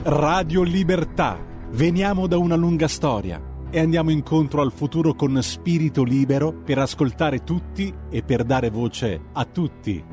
Radio Libertà. Veniamo da una lunga storia e andiamo incontro al futuro con spirito libero per ascoltare tutti e per dare voce a tutti.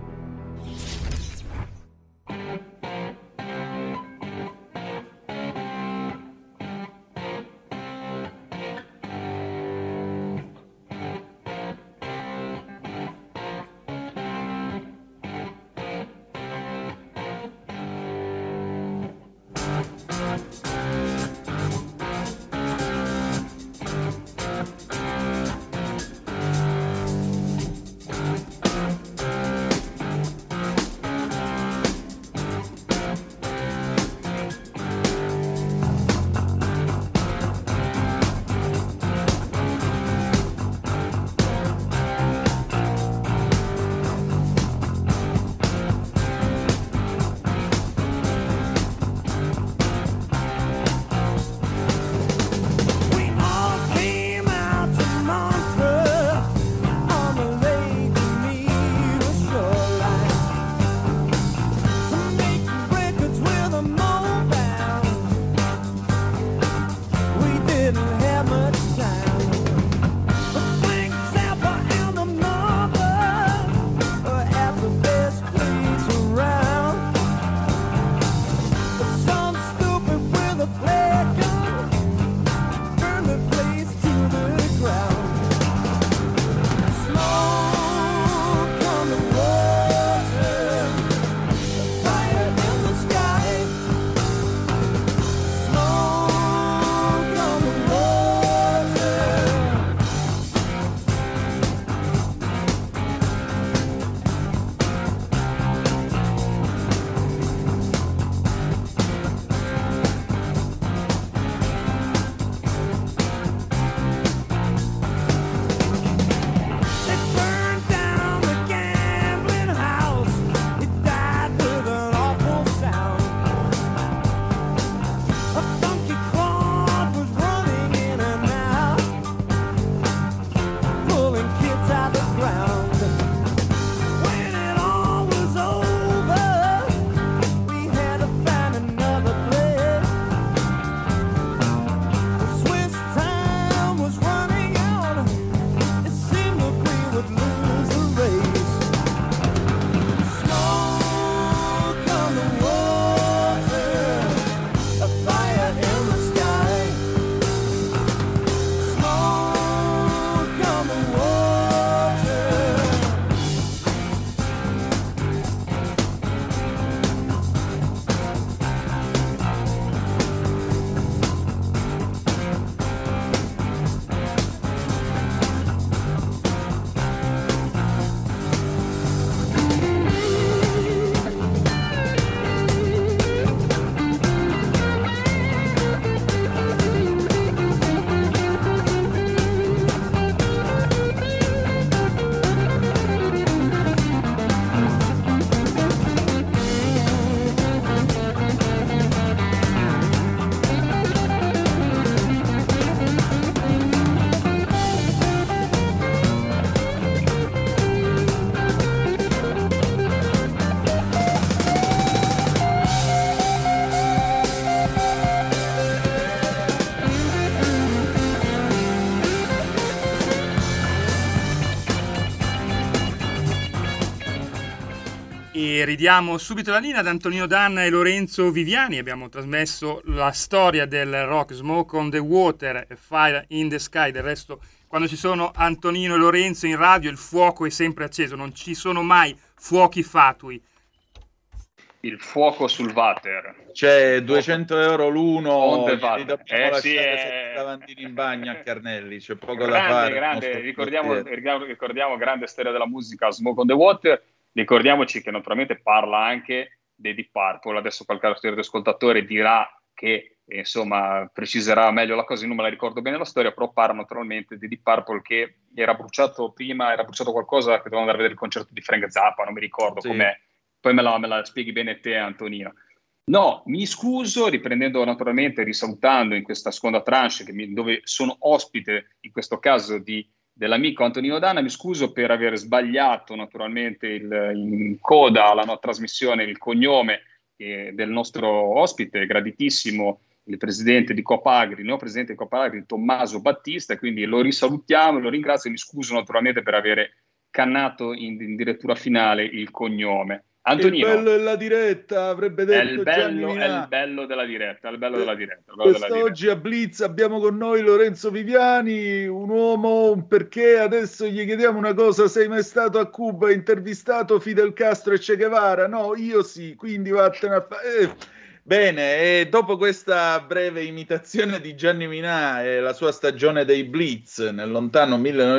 E ridiamo subito la linea ad Antonino Danna e Lorenzo Viviani. Abbiamo trasmesso la storia del rock, Smoke on the Water e Fire in the Sky. Del resto, quando ci sono Antonino e Lorenzo in radio, il fuoco è sempre acceso, non ci sono mai fuochi fatui. Il fuoco sul water. C'è 200 euro l'uno, gli dobbiamo lasciare lavandini in bagno a Carnelli, c'è poco grande, da fare. Grande, ricordiamo grande storia della musica, Smoke on the Water. Ricordiamoci che naturalmente parla anche dei Deep Purple. Adesso qualche ascoltatore dirà che insomma preciserà meglio la cosa, io non me la ricordo bene la storia, però parla naturalmente dei Deep Purple che era bruciato qualcosa, che dovevano andare a vedere il concerto di Frank Zappa, non mi ricordo com'è, poi me la spieghi bene te, Antonino. No, mi scuso, riprendendo naturalmente, risalutando in questa seconda tranche dove sono ospite in questo caso dell'amico Antonino Danna, mi scuso per aver sbagliato naturalmente in coda alla trasmissione il cognome del nostro ospite, graditissimo, il presidente di Copagri, il neopresidente di Copagri, Tommaso Battista, quindi lo risalutiamo e lo ringrazio e mi scuso naturalmente per avere cannato in direttura finale il cognome. Antonino, il bello della diretta, avrebbe detto Gianni è il Minà. bello della diretta, è il bello della diretta. Quest'oggi a Blitz abbiamo con noi Lorenzo Viviani, un uomo, un perché. Adesso gli chiediamo una cosa: sei mai stato a Cuba? Hai intervistato Fidel Castro e Che Guevara? No, io sì, quindi vattene a fare. Bene, e dopo questa breve imitazione di Gianni Minà e la sua stagione dei Blitz nel lontano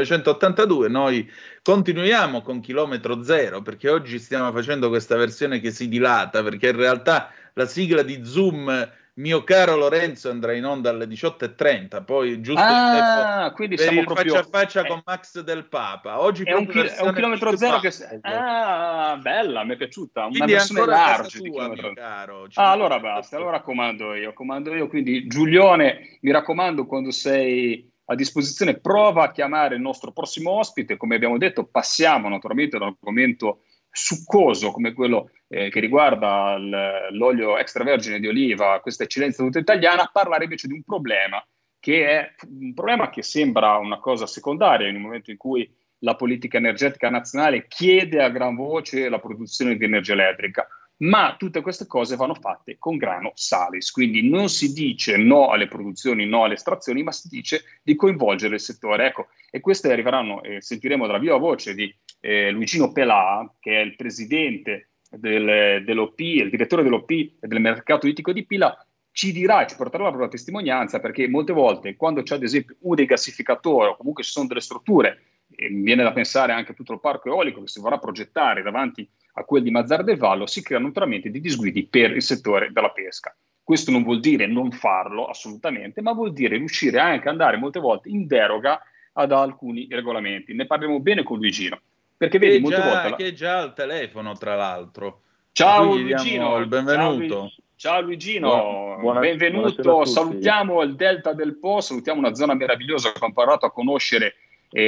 1982, noi continuiamo con Chilometro Zero, perché oggi stiamo facendo questa versione che si dilata, perché in realtà la sigla di Zoom, mio caro Lorenzo, andrà in onda alle 18:30, poi giusto il tempo quindi per siamo il proprio... faccia a faccia con Max del Papa. Oggi È un, proprio è un versione chilometro Big zero che... Puzzle. Bella, mi è piaciuta. Una Quindi è versione ancora a casa large di tua, mio chilometro. caro. Allora basta, allora comando io. Quindi Giulione, mi raccomando, quando sei a disposizione, prova a chiamare il nostro prossimo ospite. Come abbiamo detto, passiamo naturalmente da un argomento succoso come quello che riguarda l'olio extravergine di oliva, questa eccellenza tutta italiana, a parlare invece di un problema che è un problema che sembra una cosa secondaria in un momento in cui la politica energetica nazionale chiede a gran voce la produzione di energia elettrica, ma tutte queste cose vanno fatte con grano salis, quindi non si dice no alle produzioni, no alle estrazioni, ma si dice di coinvolgere il settore. Ecco, e queste arriveranno, sentiremo dalla viva voce di Luigino Pelà, che è il presidente dell'OP, il direttore dell'OP e del mercato ittico di Pila, ci dirà, ci porterà la propria testimonianza, perché molte volte quando c'è ad esempio un rigassificatore o comunque ci sono delle strutture, viene da pensare anche a tutto il parco eolico che si vorrà progettare davanti a quel di Mazzara del Vallo, si creano naturalmente dei disguidi per il settore della pesca. Questo non vuol dire non farlo assolutamente, ma vuol dire riuscire anche ad andare molte volte in deroga ad alcuni regolamenti. Ne parliamo bene con Luigino, perché vedi molte volte... Che è già al telefono, tra l'altro. A cui Ciao gli diamo il Luigino, benvenuto. ciao Luigino, Buonasera a benvenuto, tutti. salutiamo il Delta del Po, salutiamo una zona meravigliosa che ho imparato a conoscere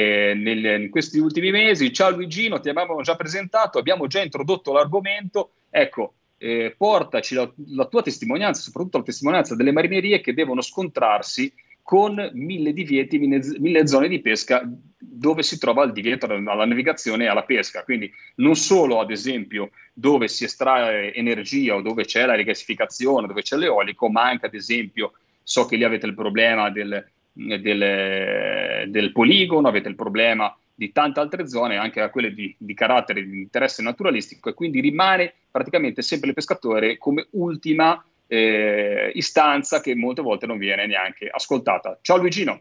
in questi ultimi mesi. Ciao Luigino, ti abbiamo già presentato, abbiamo già introdotto l'argomento, ecco, portaci la tua testimonianza, soprattutto la testimonianza delle marinerie che devono scontrarsi con 1000 divieti, 1000 zone di pesca dove si trova il divieto alla navigazione e alla pesca, quindi non solo ad esempio dove si estrae energia o dove c'è la rigassificazione, dove c'è l'eolico, ma anche ad esempio, so che lì avete il problema del poligono, avete il problema di tante altre zone, anche a quelle di carattere di interesse naturalistico, e quindi rimane praticamente sempre il pescatore come ultima istanza che molte volte non viene neanche ascoltata. Ciao Luigino.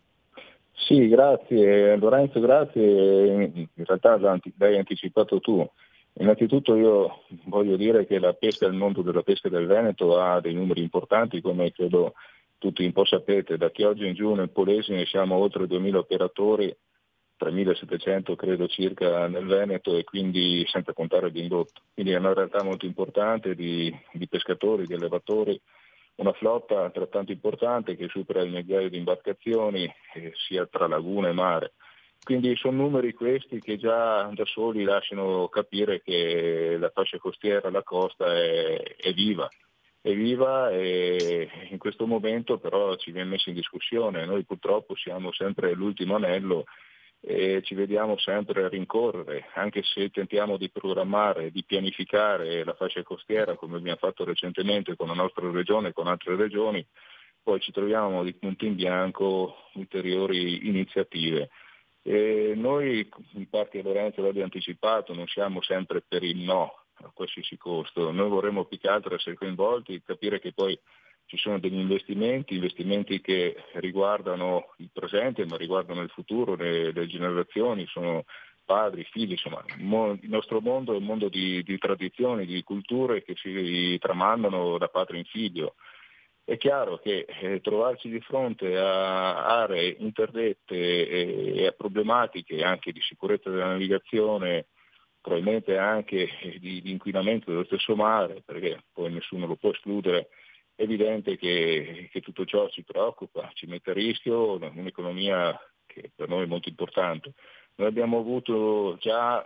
Sì, grazie Lorenzo, grazie. In realtà l'hai anticipato tu. Innanzitutto io voglio dire che la pesca, il mondo della pesca del Veneto ha dei numeri importanti, come credo tutti un po' sapete. Da che oggi in giù nel Polesine siamo oltre 2000 operatori, 3700 credo circa nel Veneto, e quindi senza contare l'indotto. Quindi è una realtà molto importante di pescatori, di allevatori, una flotta altrettanto importante che supera il migliaio di imbarcazioni, sia tra laguna e mare. Quindi sono numeri questi che già da soli lasciano capire che la fascia costiera, la costa è viva. È viva, e in questo momento però ci viene messo in discussione. Noi purtroppo siamo sempre l'ultimo anello e ci vediamo sempre a rincorrere, anche se tentiamo di programmare, di pianificare la fascia costiera come abbiamo fatto recentemente con la nostra regione e con altre regioni, poi ci troviamo di punto in bianco ulteriori iniziative. E noi, in parte Lorenzo l'ha anticipato, non siamo sempre per il no a qualsiasi costo. Noi vorremmo più che altro essere coinvolti, capire che poi ci sono degli investimenti che riguardano il presente ma riguardano il futuro, le generazioni, sono padri, figli, insomma il nostro mondo è un mondo di tradizioni, di culture che si tramandano da padre in figlio. È chiaro che trovarci di fronte a aree interdette e a problematiche anche di sicurezza della navigazione, probabilmente anche di inquinamento dello stesso mare, perché poi nessuno lo può escludere, è evidente che tutto ciò ci preoccupa, ci mette a rischio un'economia che per noi è molto importante. Noi abbiamo avuto già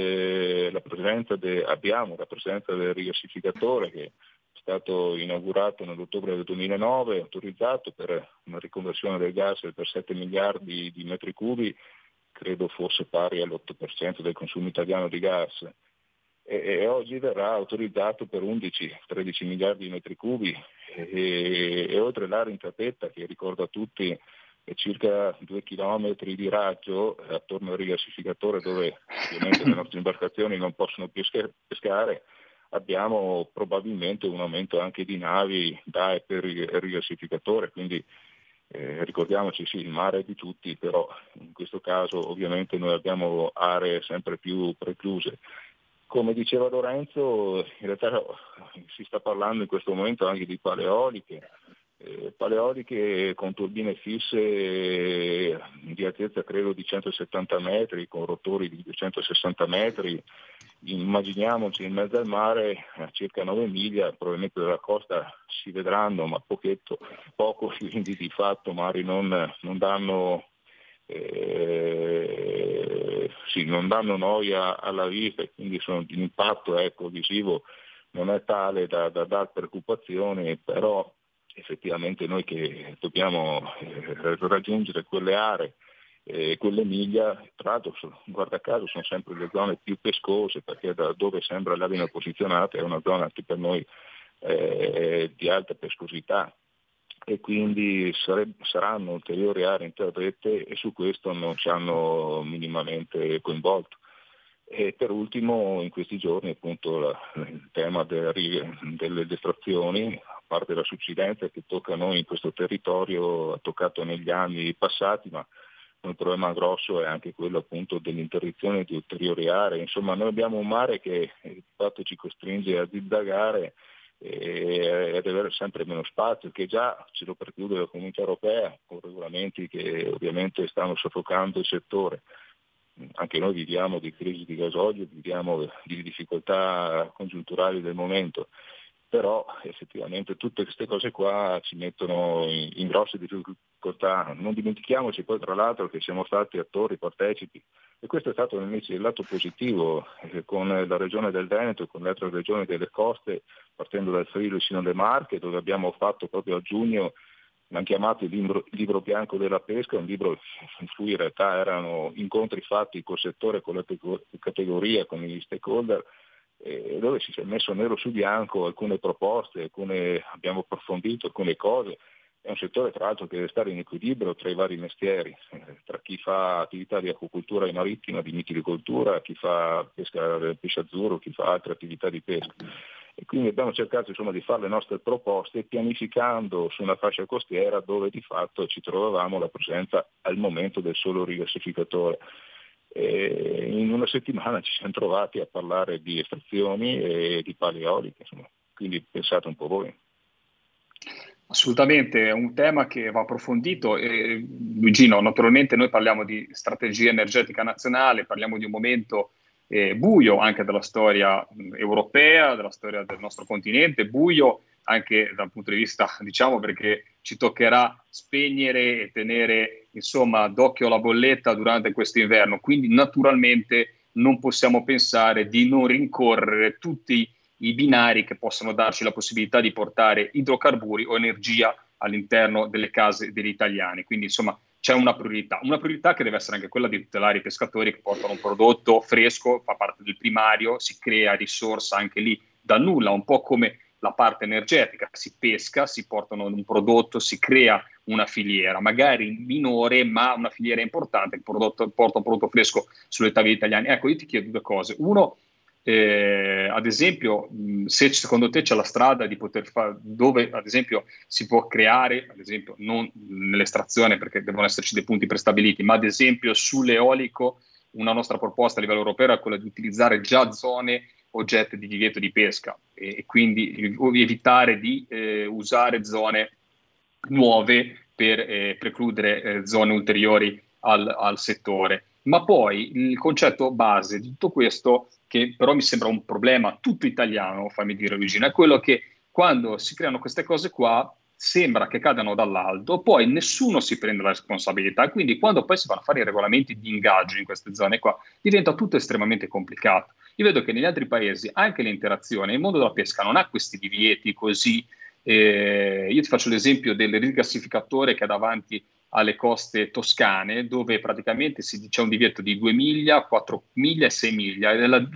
abbiamo la presenza del rigassificatore che è stato inaugurato nell'ottobre del 2009, autorizzato per una riconversione del gas per 7 miliardi di metri cubi, credo fosse pari all'8% del consumo italiano di gas. E oggi verrà autorizzato per 11-13 miliardi di metri cubi e oltre l'area intrattetta, che ricordo a tutti è circa 2 chilometri di raggio attorno al rigassificatore, dove ovviamente le nostre imbarcazioni non possono più pescare, abbiamo probabilmente un aumento anche di navi da e per il rigassificatore, quindi ricordiamoci, sì, il mare è di tutti, però in questo caso ovviamente noi abbiamo aree sempre più precluse. Come diceva Lorenzo, in realtà si sta parlando in questo momento anche di paleoliche con turbine fisse di altezza credo di 170 metri, con rotori di 260 metri. Immaginiamoci in mezzo al mare a circa 9 miglia, probabilmente dalla costa si vedranno, ma poco, quindi di fatto magari non danno non danno noia alla vista, e quindi l'impatto visivo non è tale da dar preoccupazioni, però effettivamente noi che dobbiamo raggiungere quelle aree, quelle miglia, tra l'altro guarda caso sono sempre le zone più pescose, perché da dove sembra l'abbiano posizionata è una zona che per noi di alta pescosità, e quindi saranno ulteriori aree interdette e su questo non ci hanno minimamente coinvolto. E per ultimo in questi giorni appunto il tema delle estrazioni, a parte la subsidenza che tocca a noi in questo territorio, ha toccato negli anni passati, ma un problema grosso è anche quello appunto dell'interdizione di ulteriori aree. Insomma, noi abbiamo un mare che di fatto ci costringe a dizzagare e ad avere sempre meno spazio, che già ce lo preclude la Comunità Europea con regolamenti che ovviamente stanno soffocando il settore. Anche noi viviamo di crisi di gasolio, viviamo di difficoltà congiunturali del momento, però effettivamente tutte queste cose qua ci mettono in grosse difficoltà. Non dimentichiamoci poi tra l'altro che siamo stati attori, partecipi, e questo è stato invece il lato positivo, con la regione del Veneto e con le altre regioni delle coste, partendo dal Friuli sino alle Marche, dove abbiamo fatto proprio a giugno, l'hanno chiamato il libro bianco della pesca, un libro in cui in realtà erano incontri fatti col settore, con la categoria, con gli stakeholder, dove si è messo nero su bianco alcune proposte, abbiamo approfondito alcune cose. È un settore tra l'altro che deve stare in equilibrio tra i vari mestieri, tra chi fa attività di acquacoltura marittima, di mitilicoltura, chi fa pesca del pesce azzurro, chi fa altre attività di pesca. E quindi abbiamo cercato di fare le nostre proposte pianificando su una fascia costiera dove di fatto ci trovavamo la presenza al momento del solo rigassificatore. E in una settimana ci siamo trovati a parlare di estrazioni e di pale eoliche, quindi pensate un po' voi. Assolutamente, è un tema che va approfondito. Luigino, naturalmente noi parliamo di strategia energetica nazionale, parliamo di un momento buio anche della storia europea, della storia del nostro continente, buio anche dal punto di vista, perché ci toccherà spegnere e tenere d'occhio la bolletta durante questo inverno, quindi naturalmente non possiamo pensare di non rincorrere tutti i binari che possono darci la possibilità di portare idrocarburi o energia all'interno delle case degli italiani. Quindi c'è una priorità che deve essere anche quella di tutelare i pescatori che portano un prodotto fresco, fa parte del primario, si crea risorsa anche lì da nulla, un po' come la parte energetica, si pesca, si portano un prodotto, si crea una filiera, magari minore ma una filiera importante, porta un prodotto fresco sulle tavole italiane. Ecco, io ti chiedo due cose. Uno, ad esempio, se secondo te c'è la strada di poter fare, dove ad esempio si può creare, ad esempio non nell'estrazione perché devono esserci dei punti prestabiliti, ma ad esempio sull'eolico, una nostra proposta a livello europeo è quella di utilizzare già zone oggetto di divieto di pesca e quindi evitare di usare zone nuove per precludere zone ulteriori al settore. Ma poi il concetto base di tutto questo, che però mi sembra un problema tutto italiano, fammi dire Luigino, è quello che quando si creano queste cose qua sembra che cadano dall'alto, poi nessuno si prende la responsabilità, quindi quando poi si vanno a fare i regolamenti di ingaggio in queste zone qua, diventa tutto estremamente complicato. Io vedo che negli altri paesi anche l'interazione, il mondo della pesca non ha questi divieti così. Io ti faccio l'esempio del rigassificatore che è davanti alle coste toscane, dove praticamente c'è un divieto di 2 miglia, 4 miglia e 6 miglia,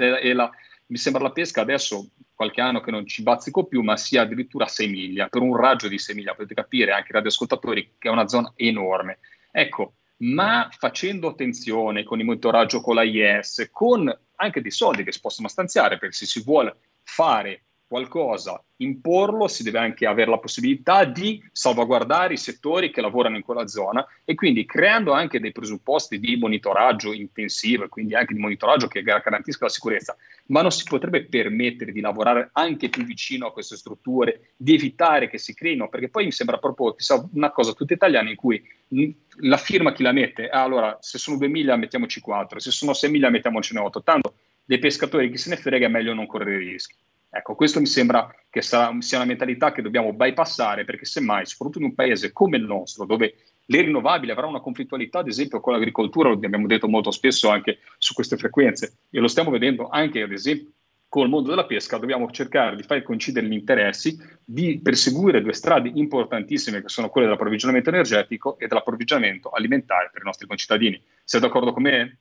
mi sembra la pesca adesso qualche anno che non ci bazzico più, ma sia addirittura 6 miglia, per un raggio di 6 miglia, potete capire anche radioascoltatori che è una zona enorme. Ecco, ma facendo attenzione con il monitoraggio con l'AIS, con anche dei soldi che si possono stanziare, perché se si vuole fare qualcosa, imporlo, si deve anche avere la possibilità di salvaguardare i settori che lavorano in quella zona e quindi creando anche dei presupposti di monitoraggio intensivo e quindi anche di monitoraggio che garantisca la sicurezza, ma non si potrebbe permettere di lavorare anche più vicino a queste strutture, di evitare che si creino, perché poi mi sembra proprio una cosa tutta italiana in cui la firma chi la mette? Allora, se sono 2 miglia mettiamoci 4, se sono 6 miglia mettiamocene 8, tanto dei pescatori chi se ne frega è meglio non correre rischi. Ecco, questo mi sembra che sia una mentalità che dobbiamo bypassare, perché semmai, soprattutto in un paese come il nostro, dove le rinnovabili avranno una conflittualità, ad esempio con l'agricoltura, lo abbiamo detto molto spesso anche su queste frequenze, e lo stiamo vedendo anche, ad esempio, col mondo della pesca, dobbiamo cercare di far coincidere gli interessi, di perseguire due strade importantissime, che sono quelle dell'approvvigionamento energetico e dell'approvvigionamento alimentare per i nostri concittadini. Sei d'accordo con me?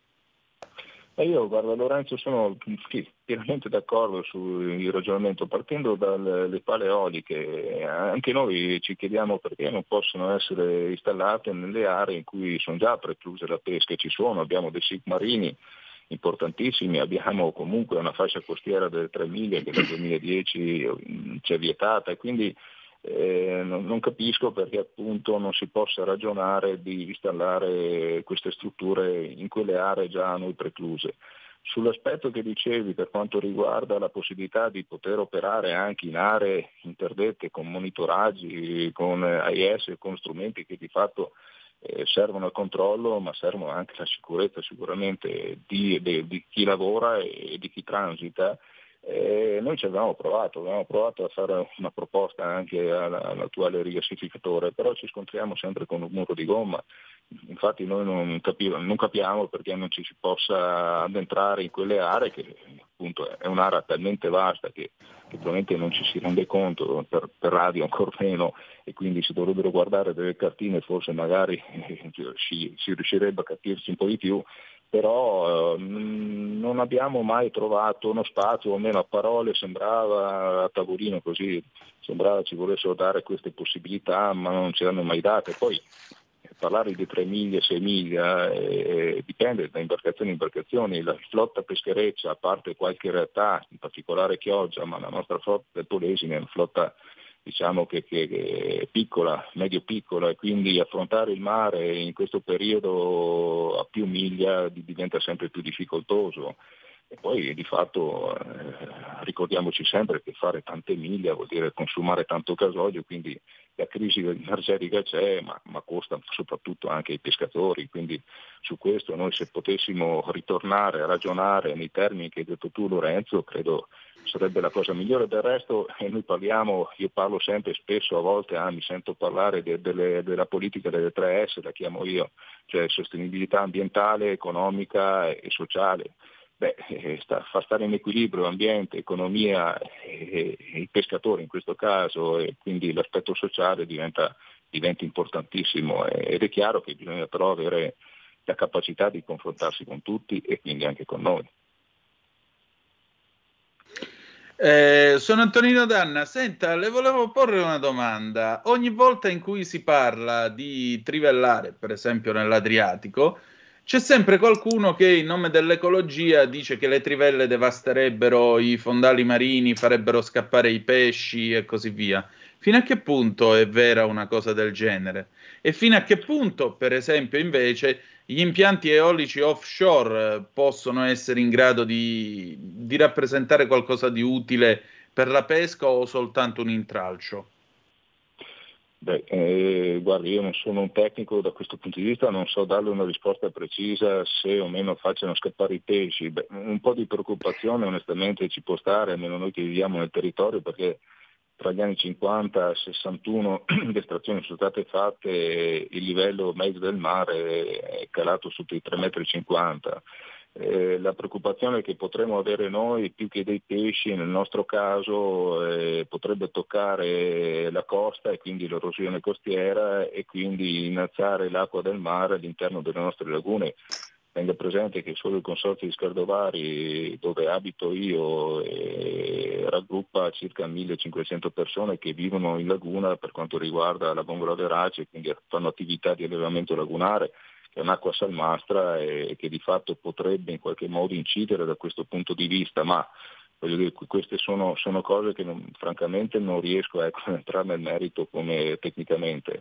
Io, guarda Lorenzo, sono pienamente d'accordo sul ragionamento, partendo dalle pale eoliche. Anche noi ci chiediamo perché non possono essere installate nelle aree in cui sono già precluse la pesca, ci sono, abbiamo dei siti marini importantissimi, abbiamo comunque una fascia costiera delle 3 miglia che dal 2010 c'è vietata e quindi non capisco perché appunto non si possa ragionare di installare queste strutture in quelle aree già a noi precluse. Sull'aspetto che dicevi per quanto riguarda la possibilità di poter operare anche in aree interdette con monitoraggi, con AIS, con strumenti che di fatto servono al controllo, ma servono anche alla sicurezza sicuramente di chi lavora e di chi transita. Noi ci avevamo provato a fare una proposta anche all'attuale rigassificatore, però ci scontriamo sempre con un muro di gomma. Infatti noi non capiamo perché non ci si possa addentrare in quelle aree che appunto è un'area talmente vasta che probabilmente non ci si rende conto, per radio ancor meno, e quindi si dovrebbero guardare delle cartine, forse magari si riuscirebbe a capirci un po' di più, però non abbiamo mai trovato uno spazio, o almeno a parole sembrava, a tavolino così, sembrava ci volessero dare queste possibilità, ma non ce l'hanno mai date. Poi parlare di 3 miglia, 6 miglia dipende da imbarcazioni a imbarcazioni. La flotta peschereccia, a parte qualche realtà, in particolare Chioggia, ma la nostra flotta del Polesine è una flotta diciamo che è piccola, medio piccola, e quindi affrontare il mare in questo periodo a più miglia diventa sempre più difficoltoso. E poi di fatto ricordiamoci sempre che fare tante miglia vuol dire consumare tanto gasolio, quindi la crisi energetica c'è, ma costa soprattutto anche ai pescatori, quindi su questo noi se potessimo ritornare a ragionare nei termini che hai detto tu Lorenzo, credo sarebbe la cosa migliore. Del resto noi io parlo sempre, spesso a volte mi sento parlare della politica delle 3S, la chiamo io, cioè sostenibilità ambientale, economica e sociale. Fa stare in equilibrio ambiente, economia e i pescatori in questo caso, e quindi l'aspetto sociale diventa importantissimo, ed è chiaro che bisogna però avere la capacità di confrontarsi con tutti e quindi anche con noi. Sono Antonino Danna. Senta, le volevo porre una domanda. Ogni volta in cui si parla di trivellare, per esempio nell'Adriatico, c'è sempre qualcuno che in nome dell'ecologia dice che le trivelle devasterebbero i fondali marini, farebbero scappare i pesci e così via. Fino a che punto è vera una cosa del genere? E fino a che punto, per esempio, invece, gli impianti eolici offshore possono essere in grado di rappresentare qualcosa di utile per la pesca o soltanto un intralcio? Guardi, io non sono un tecnico da questo punto di vista, non so darle una risposta precisa se o meno facciano scappare i pesci. Un po' di preoccupazione onestamente ci può stare, almeno noi che viviamo nel territorio, perché tra gli anni 50 e 61 le estrazioni sono state fatte e il livello medio del mare è calato sotto i 3,50 m. La preoccupazione che potremmo avere noi, più che dei pesci, nel nostro caso potrebbe toccare la costa e quindi l'erosione costiera e quindi innalzare l'acqua del mare all'interno delle nostre lagune. Tenga presente che solo il Consorzio di Scardovari, dove abito io, raggruppa circa 1500 persone che vivono in laguna per quanto riguarda la Vongola Verace, quindi fanno attività di allevamento lagunare, che è un'acqua salmastra e che di fatto potrebbe in qualche modo incidere da questo punto di vista, ma voglio dire, queste sono cose che francamente non riesco a entrare nel merito come tecnicamente.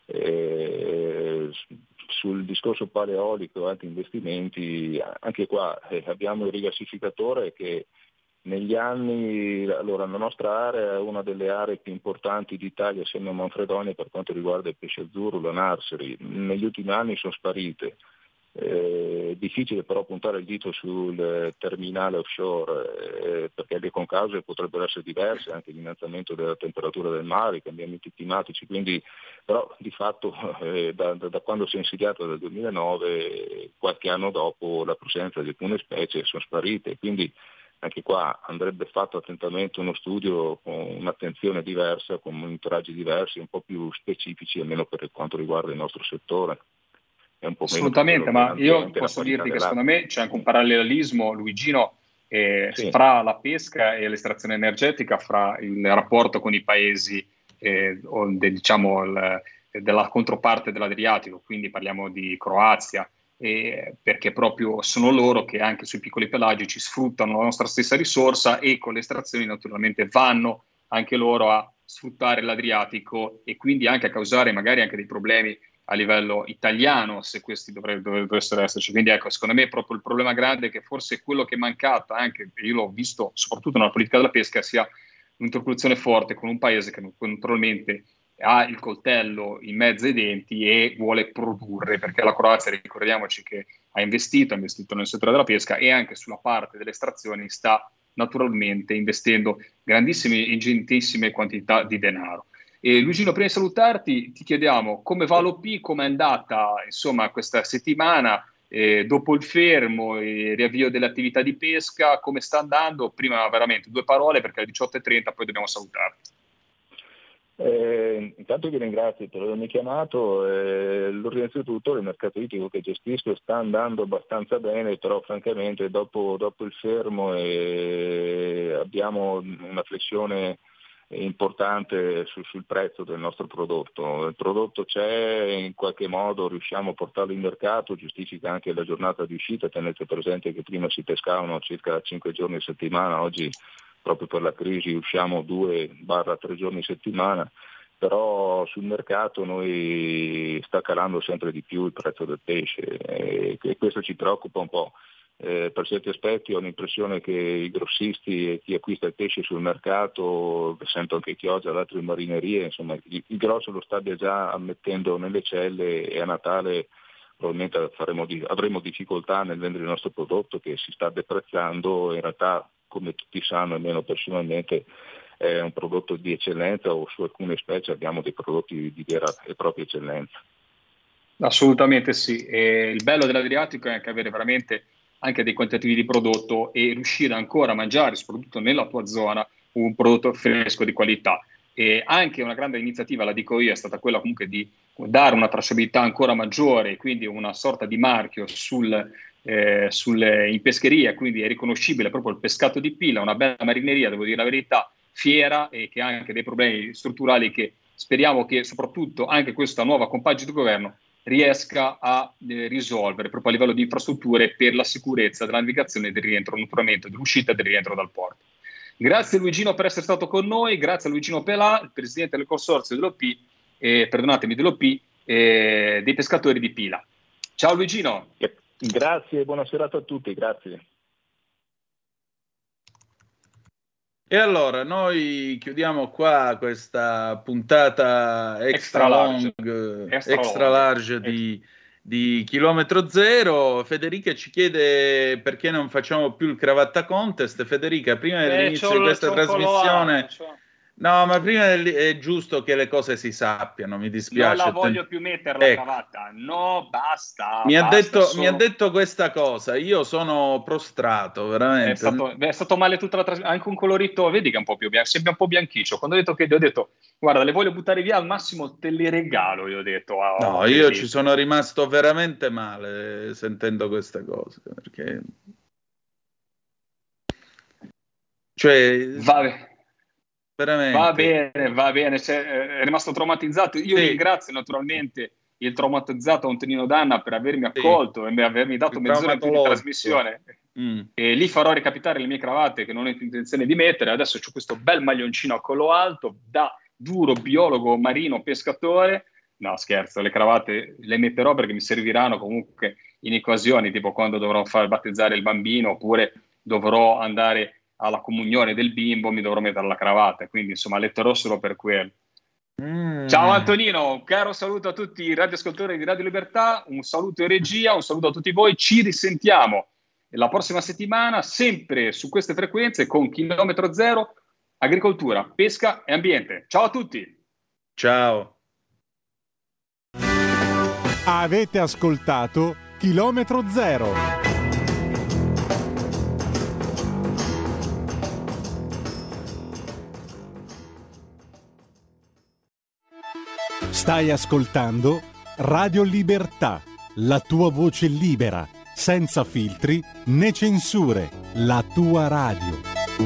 Sul discorso paleolico e altri investimenti, anche qua abbiamo il rigassificatore che negli anni, allora la nostra area è una delle aree più importanti d'Italia assieme a Manfredonia per quanto riguarda il pesce azzurro, la Narseri. Negli ultimi anni sono sparite. È difficile però puntare il dito sul terminale offshore perché le concause potrebbero essere diverse, anche l'innalzamento della temperatura del mare, i cambiamenti climatici, quindi però di fatto da quando si è insediato dal 2009, qualche anno dopo la presenza di alcune specie sono sparite, quindi anche qua andrebbe fatto attentamente uno studio con un'attenzione diversa, con monitoraggi diversi, un po' più specifici, almeno per quanto riguarda il nostro settore. Assolutamente, ma io posso dirti che secondo me c'è anche un parallelismo, Luigino, sì, fra la pesca e l'estrazione energetica, fra il rapporto con i paesi della controparte dell'Adriatico, quindi parliamo di Croazia, perché proprio sono loro che anche sui piccoli pelagici sfruttano la nostra stessa risorsa e con le estrazioni naturalmente vanno anche loro a sfruttare l'Adriatico e quindi anche a causare magari anche dei problemi a livello italiano, se questi dovessero esserci. Quindi ecco, secondo me proprio il problema grande è che forse quello che è mancato, anche io l'ho visto soprattutto nella politica della pesca, sia un'interlocuzione forte con un paese che naturalmente ha il coltello in mezzo ai denti e vuole produrre, perché la Croazia, ricordiamoci che ha investito nel settore della pesca e anche sulla parte delle estrazioni sta naturalmente investendo grandissime, ingentissime quantità di denaro. Luigino, prima di salutarti, ti chiediamo come va l'OP, come è andata insomma questa settimana dopo il fermo e il riavvio delle attività di pesca, come sta andando? Prima veramente 2 parole perché alle 18:30 poi dobbiamo salutarti. Intanto vi ringrazio per avermi chiamato. L'organizzazione produttori del mercato ittico che gestisco sta andando abbastanza bene, però francamente dopo il fermo abbiamo una flessione importante sul prezzo del nostro prodotto. Il prodotto c'è, in qualche modo riusciamo a portarlo in mercato, giustifica anche la giornata di uscita. Tenete presente che prima si pescavano circa 5 giorni a settimana, oggi proprio per la crisi usciamo 2-3 giorni a settimana, però sul mercato noi sta calando sempre di più il prezzo del pesce e questo ci preoccupa un po'. Per certi aspetti ho l'impressione che i grossisti e chi acquista il pesce sul mercato, sento anche Chioggia, altre marinerie, insomma il grosso lo sta già ammettendo nelle celle e a Natale probabilmente avremo difficoltà nel vendere il nostro prodotto che si sta deprezzando. In realtà, come tutti sanno, almeno personalmente, è un prodotto di eccellenza o su alcune specie abbiamo dei prodotti di vera e propria eccellenza. Assolutamente sì, e il bello dell'Adriatico è anche avere veramente anche dei quantitativi di prodotto e riuscire ancora a mangiare, soprattutto nella tua zona, un prodotto fresco di qualità. E anche una grande iniziativa, la dico io, è stata quella comunque di dare una tracciabilità ancora maggiore, quindi una sorta di marchio in pescheria, quindi è riconoscibile proprio il pescato di Pila, una bella marineria, devo dire la verità, fiera e che ha anche dei problemi strutturali che speriamo che soprattutto anche questa nuova compagine di governo riesca a risolvere proprio a livello di infrastrutture per la sicurezza della navigazione e del rientro, naturalmente dell'uscita e del rientro dal porto. Grazie Luigino per essere stato con noi, grazie a Luigino Pelà, il presidente del consorzio dell'OP, dei pescatori di Pila. Ciao Luigino. Grazie, buona serata a tutti, grazie. E allora, noi chiudiamo qua questa puntata extra large di Chilometro Zero. Federica ci chiede perché non facciamo più il cravatta contest. Federica, prima dell'inizio di questa trasmissione No, ma prima è giusto che le cose si sappiano, mi dispiace. Non la voglio più mettere la cravatta. No, basta. Mi ha detto questa cosa, io sono prostrato, veramente. È stato male tutta la trasmissione, anche un colorito, vedi che è un po' più bianco, sembra un po' bianchiccio. Quando ho detto, guarda, le voglio buttare via, al massimo te le regalo, io ho detto. No, io ci sono rimasto veramente male sentendo queste cose, perché... Cioè... Va bene, è rimasto traumatizzato. Io ringrazio naturalmente il traumatizzato Antonino Danna per avermi accolto e avermi dato mezz'ora in più di trasmissione. E lì farò recapitare le mie cravatte che non ho intenzione di mettere. Adesso ho questo bel maglioncino a collo alto da duro biologo marino pescatore. No, scherzo, le cravatte le metterò perché mi serviranno comunque in occasioni, tipo quando dovrò far battezzare il bambino oppure dovrò andare alla comunione del bimbo, mi dovrò mettere la cravatta, quindi insomma letterò solo per quello. Ciao Antonino, un caro saluto a tutti i radioascoltatori di Radio Libertà, un saluto in regia, un saluto a tutti voi, ci risentiamo la prossima settimana sempre su queste frequenze con Chilometro Zero, agricoltura, pesca e ambiente. Ciao a tutti! Ciao! Avete ascoltato Chilometro Zero. Stai ascoltando Radio Libertà, la tua voce libera, senza filtri né censure, la tua radio.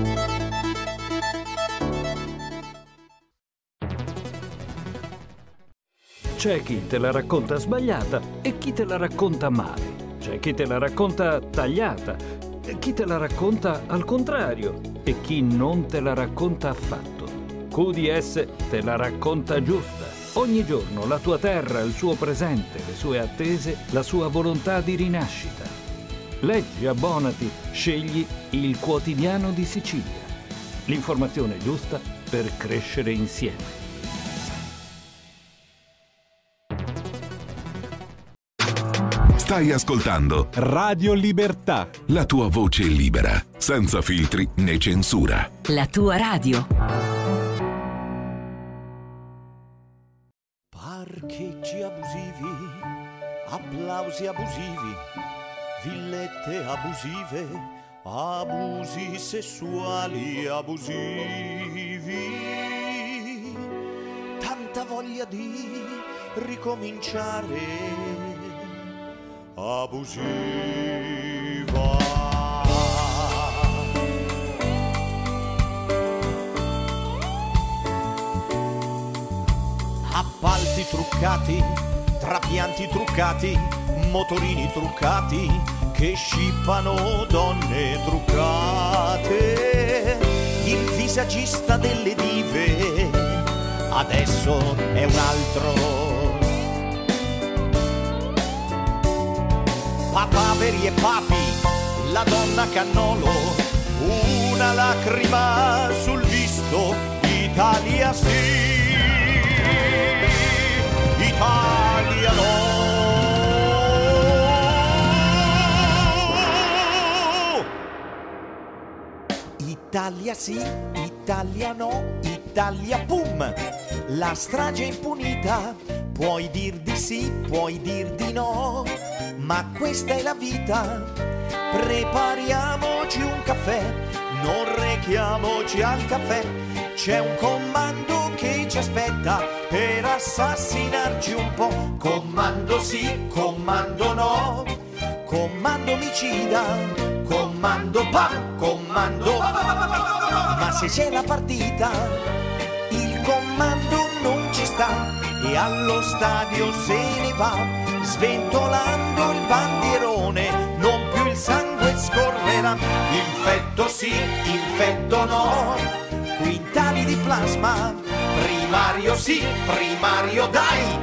C'è chi te la racconta sbagliata e chi te la racconta male. C'è chi te la racconta tagliata e chi te la racconta al contrario e chi non te la racconta affatto. QDS te la racconta giusta. Ogni giorno la tua terra, il suo presente, le sue attese, la sua volontà di rinascita. Leggi, abbonati, scegli il Quotidiano di Sicilia. L'informazione giusta per crescere insieme. Stai ascoltando Radio Libertà, la tua voce libera, senza filtri né censura. La tua radio. Parcheggi abusivi, applausi abusivi, villette abusive, abusi sessuali abusivi. Tanta voglia di ricominciare, abusiva. Appalti truccati, trapianti truccati, motorini truccati, che scippano donne truccate. Il visagista delle dive adesso è un altro. Papaveri e papi, la donna cannolo, una lacrima sul visto, Italia sì. Italia no. Italia sì, Italia no, Italia pum. La strage è impunita, puoi dir di sì, puoi dir di no, ma questa è la vita. Prepariamoci un caffè, non rechiamoci al caffè, c'è un comando che ci aspetta per assassinarci un po'. Comando sì, comando no, comando omicida, comando pam, comando. Ma se c'è la partita, il comando non ci sta e allo stadio se ne va, sventolando il bandierone, non più il sangue scorrerà. Infetto sì, infetto no, quintali di plasma, primario sì, primario dai.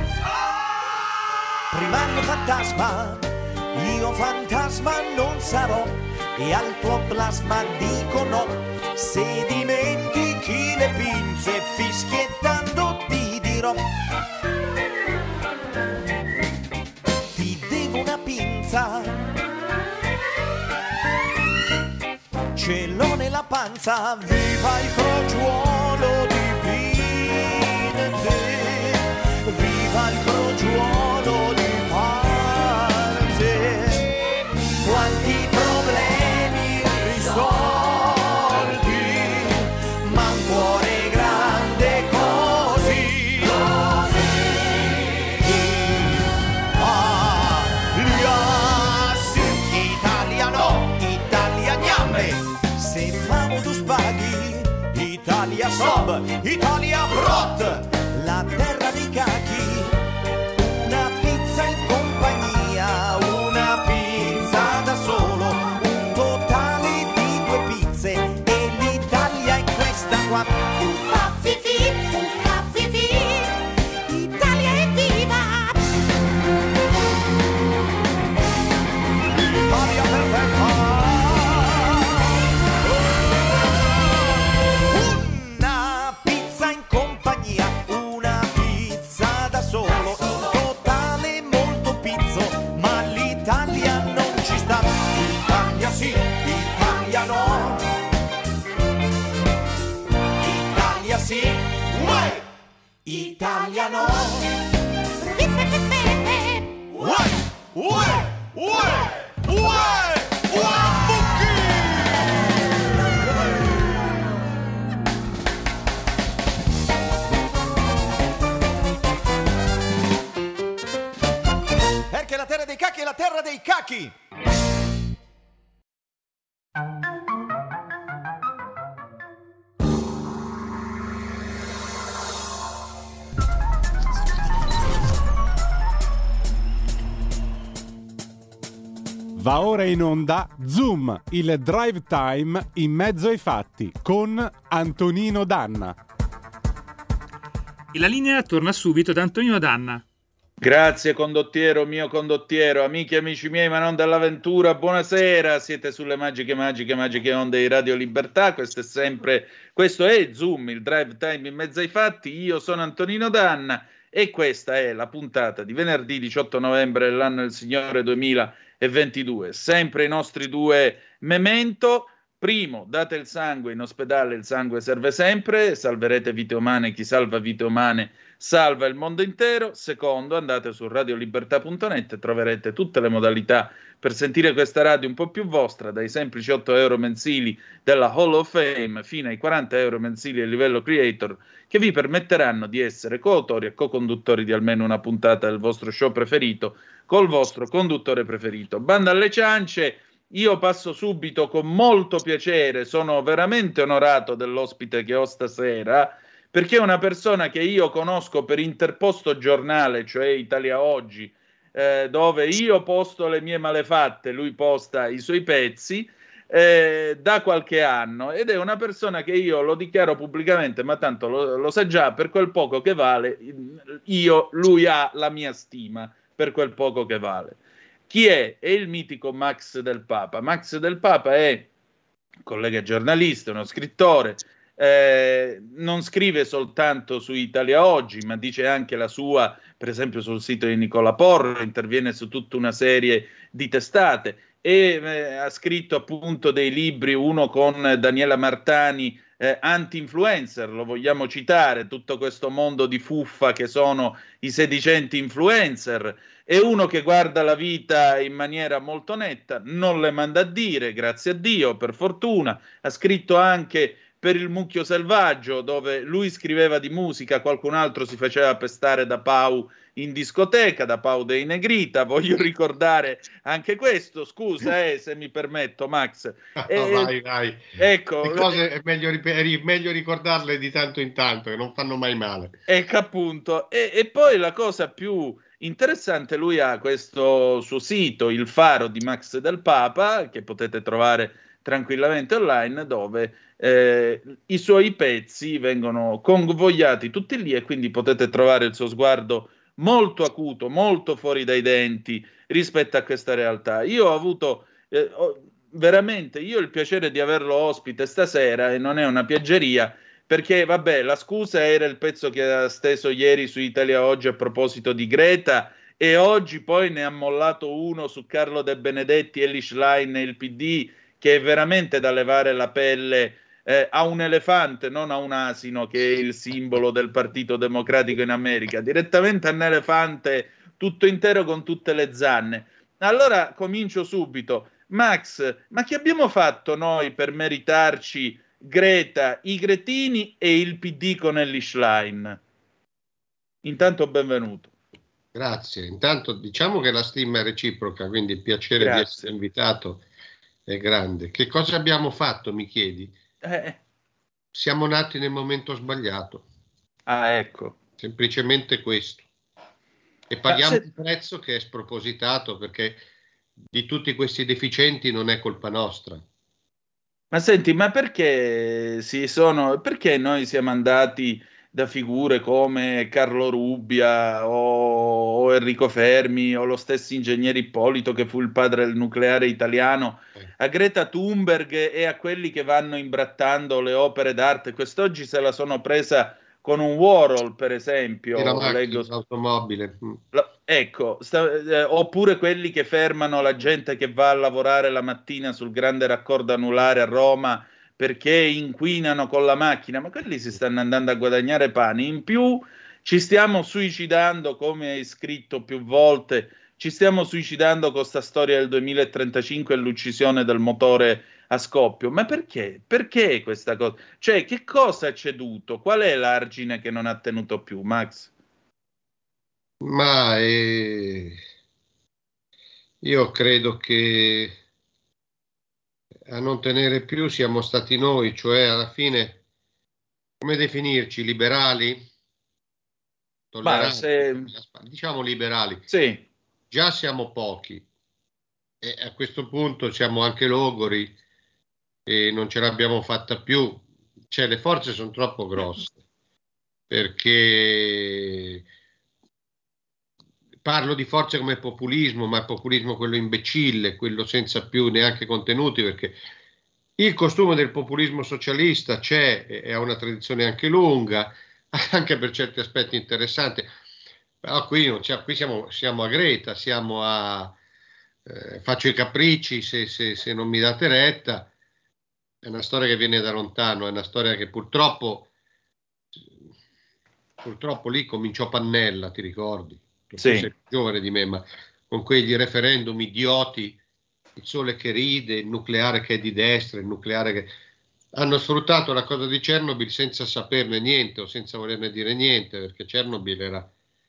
Primario fantasma, io fantasma non sarò, e al tuo plasma dico no. Se dimentichi le pinze, fischiettando ti dirò. Ti devo una pinza, ce l'ho nella panza, viva il crogiuolo Italia Brot, la terra dei cachi, una pizza in compagnia, una pizza da solo, un totale di 2 pizze e l'Italia è questa qua. Fuffa fifì, Italia è viva! Italia perfetta! Una pizza in compagnia, una pizza da solo, in totale molto pizzo, ma l'Italia non ci sta. Italia sì, Italia no. Italia sì, uè! Italia no. Uè, uè, uè, uè, perché la terra dei cacchi è la terra dei cacchi. Va ora in onda Zoom, il drive time in mezzo ai fatti con Antonino Danna. E la linea torna subito da Antonino Danna. Grazie condottiero, mio condottiero, amici e amici miei, ma non dall'avventura, buonasera, siete sulle magiche onde di Radio Libertà, questo è Zoom, il drive time in mezzo ai fatti, io sono Antonino Danna e questa è la puntata di venerdì 18 novembre dell'anno del Signore 2022, sempre i nostri 2 memento. Primo, date il sangue, in ospedale il sangue serve sempre, salverete vite umane, chi salva vite umane salva il mondo intero. Secondo, andate su radiolibertà.net e troverete tutte le modalità per sentire questa radio un po' più vostra, dai semplici 8 euro mensili della Hall of Fame fino ai 40 euro mensili a livello creator, che vi permetteranno di essere coautori e co-conduttori di almeno una puntata del vostro show preferito col vostro conduttore preferito. Banda alle ciance. Io passo subito con molto piacere, sono veramente onorato dell'ospite che ho stasera, perché è una persona che io conosco per interposto giornale, cioè Italia Oggi, dove io posto le mie malefatte, lui posta i suoi pezzi, da qualche anno, ed è una persona che io lo dichiaro pubblicamente, ma tanto lo sa già, per quel poco che vale, lui ha la mia stima per quel poco che vale. Chi è? È il mitico Max Del Papa. Max Del Papa è collega giornalista, uno scrittore, non scrive soltanto su Italia Oggi, ma dice anche la sua, per esempio sul sito di Nicola Porro, interviene su tutta una serie di testate e ha scritto appunto dei libri, uno con Daniela Martani, anti-influencer, lo vogliamo citare, tutto questo mondo di fuffa che sono i sedicenti influencer, e uno che guarda la vita in maniera molto netta, non le manda a dire, grazie a Dio, per fortuna. Ha scritto anche per Il Mucchio Selvaggio, dove lui scriveva di musica, qualcun altro si faceva pestare da Pau in discoteca, da Pau Dei Negrita. Voglio ricordare anche questo, scusa se mi permetto, Max. Vai. Ecco, le cose è meglio ricordarle di tanto in tanto, che non fanno mai male. Ecco appunto, e poi la cosa più interessante, lui ha questo suo sito, Il Faro di Max Del Papa, che potete trovare tranquillamente online, dove i suoi pezzi vengono convogliati tutti lì, e quindi potete trovare il suo sguardo molto acuto, molto fuori dai denti rispetto a questa realtà. Io ho avuto veramente il piacere di averlo ospite stasera, e non è una piaggeria, perché vabbè, la scusa era il pezzo che ha steso ieri su Italia Oggi a proposito di Greta, e oggi poi ne ha mollato uno su Carlo De Benedetti, Elly Schlein e il PD, che è veramente da levare la pelle a un elefante, non a un asino, che è il simbolo del Partito Democratico in America, direttamente a un elefante tutto intero con tutte le zanne. Allora comincio subito. Max, ma che abbiamo fatto noi per meritarci Greta, i Gretini e il PD con Elly Schlein? Intanto benvenuto. Grazie. Intanto diciamo che la stima è reciproca, quindi il piacere di essere invitato è grande. Che cosa abbiamo fatto, mi chiedi? Siamo nati nel momento sbagliato. Ah, ecco. Semplicemente questo. E paghiamo un prezzo che è spropositato, perché di tutti questi deficienti non è colpa nostra. Ma senti, ma perché noi siamo andati da figure come Carlo Rubbia o Enrico Fermi o lo stesso ingegnere Ippolito che fu il padre del nucleare italiano, a Greta Thunberg e a quelli che vanno imbrattando le opere d'arte? Quest'oggi se la sono presa con un Warhol, per esempio, E la macchina, leggo. l'automobile. Ecco, oppure quelli che fermano la gente che va a lavorare la mattina sul grande raccordo anulare a Roma perché inquinano con la macchina, ma quelli si stanno andando a guadagnare pane. In più ci stiamo suicidando, come hai scritto più volte, ci stiamo suicidando con sta storia del 2035 e l'uccisione del motore a scoppio. Ma perché? Perché questa cosa? Cioè, che cosa è ceduto? Qual è l'argine che non ha tenuto più, Max? Ma io credo che a non tenere più siamo stati noi, cioè alla fine, come definirci? Liberali? Tolleranti? Diciamo liberali. Sì. Già siamo pochi e a questo punto siamo anche logori e non ce l'abbiamo fatta più. Cioè, le forze sono troppo grosse, perché parlo di forze come populismo, ma il populismo quello imbecille, quello senza più neanche contenuti, perché il costume del populismo socialista c'è e ha una tradizione anche lunga, anche per certi aspetti interessante. Però qui siamo a Greta, siamo a faccio i capricci se non mi date retta. È una storia che viene da lontano, è una storia che purtroppo lì cominciò Pannella, ti ricordi? Tu sei più giovane di me, ma con quegli referendum idioti, il sole che ride, il nucleare che è di destra, il nucleare che... Hanno sfruttato la cosa di Chernobyl senza saperne niente o senza volerne dire niente, perché Chernobyl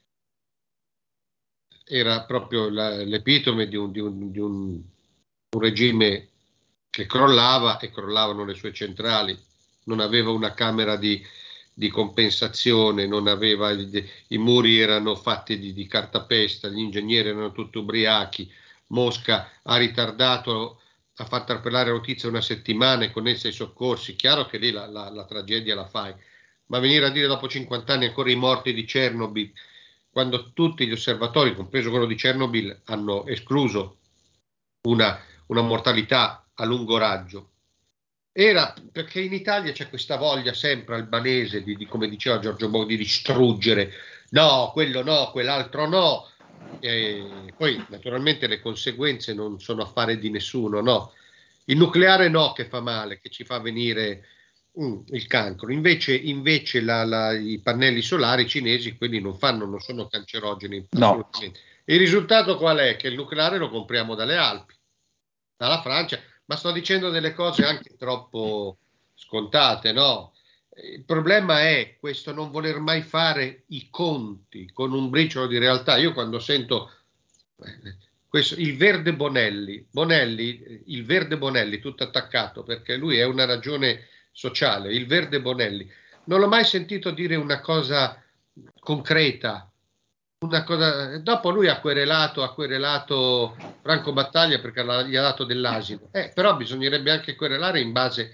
era proprio l'epitome di un regime che crollava, e crollavano le sue centrali, non aveva una camera di compensazione, non aveva i muri erano fatti di cartapesta, gli ingegneri erano tutti ubriachi, Mosca ha ritardato a far trapelare la notizia una settimana e con essa i soccorsi. Chiaro che lì la tragedia la fai, ma venire a dire dopo 50 anni ancora i morti di Chernobyl, quando tutti gli osservatori, compreso quello di Chernobyl, hanno escluso una mortalità a lungo raggio. Era perché in Italia c'è questa voglia sempre albanese di come diceva Giorgio Borghi, di distruggere, no, quello no, quell'altro no. E poi naturalmente le conseguenze non sono affare di nessuno, no. Il nucleare no, che fa male, che ci fa venire il cancro. Invece i pannelli solari cinesi, quelli non sono cancerogeni, assolutamente. Il risultato qual è? Che il nucleare lo compriamo dalle Alpi, dalla Francia, ma sto dicendo delle cose anche troppo scontate, no? Il problema è questo non voler mai fare i conti con un briciolo di realtà. Io quando sento questo, il verde Bonelli, il verde Bonelli tutto attaccato perché lui è una ragione sociale, il verde Bonelli, non l'ho mai sentito dire una cosa concreta. Dopo lui ha querelato Franco Battaglia perché gli ha dato dell'asino, però bisognerebbe anche querelare in base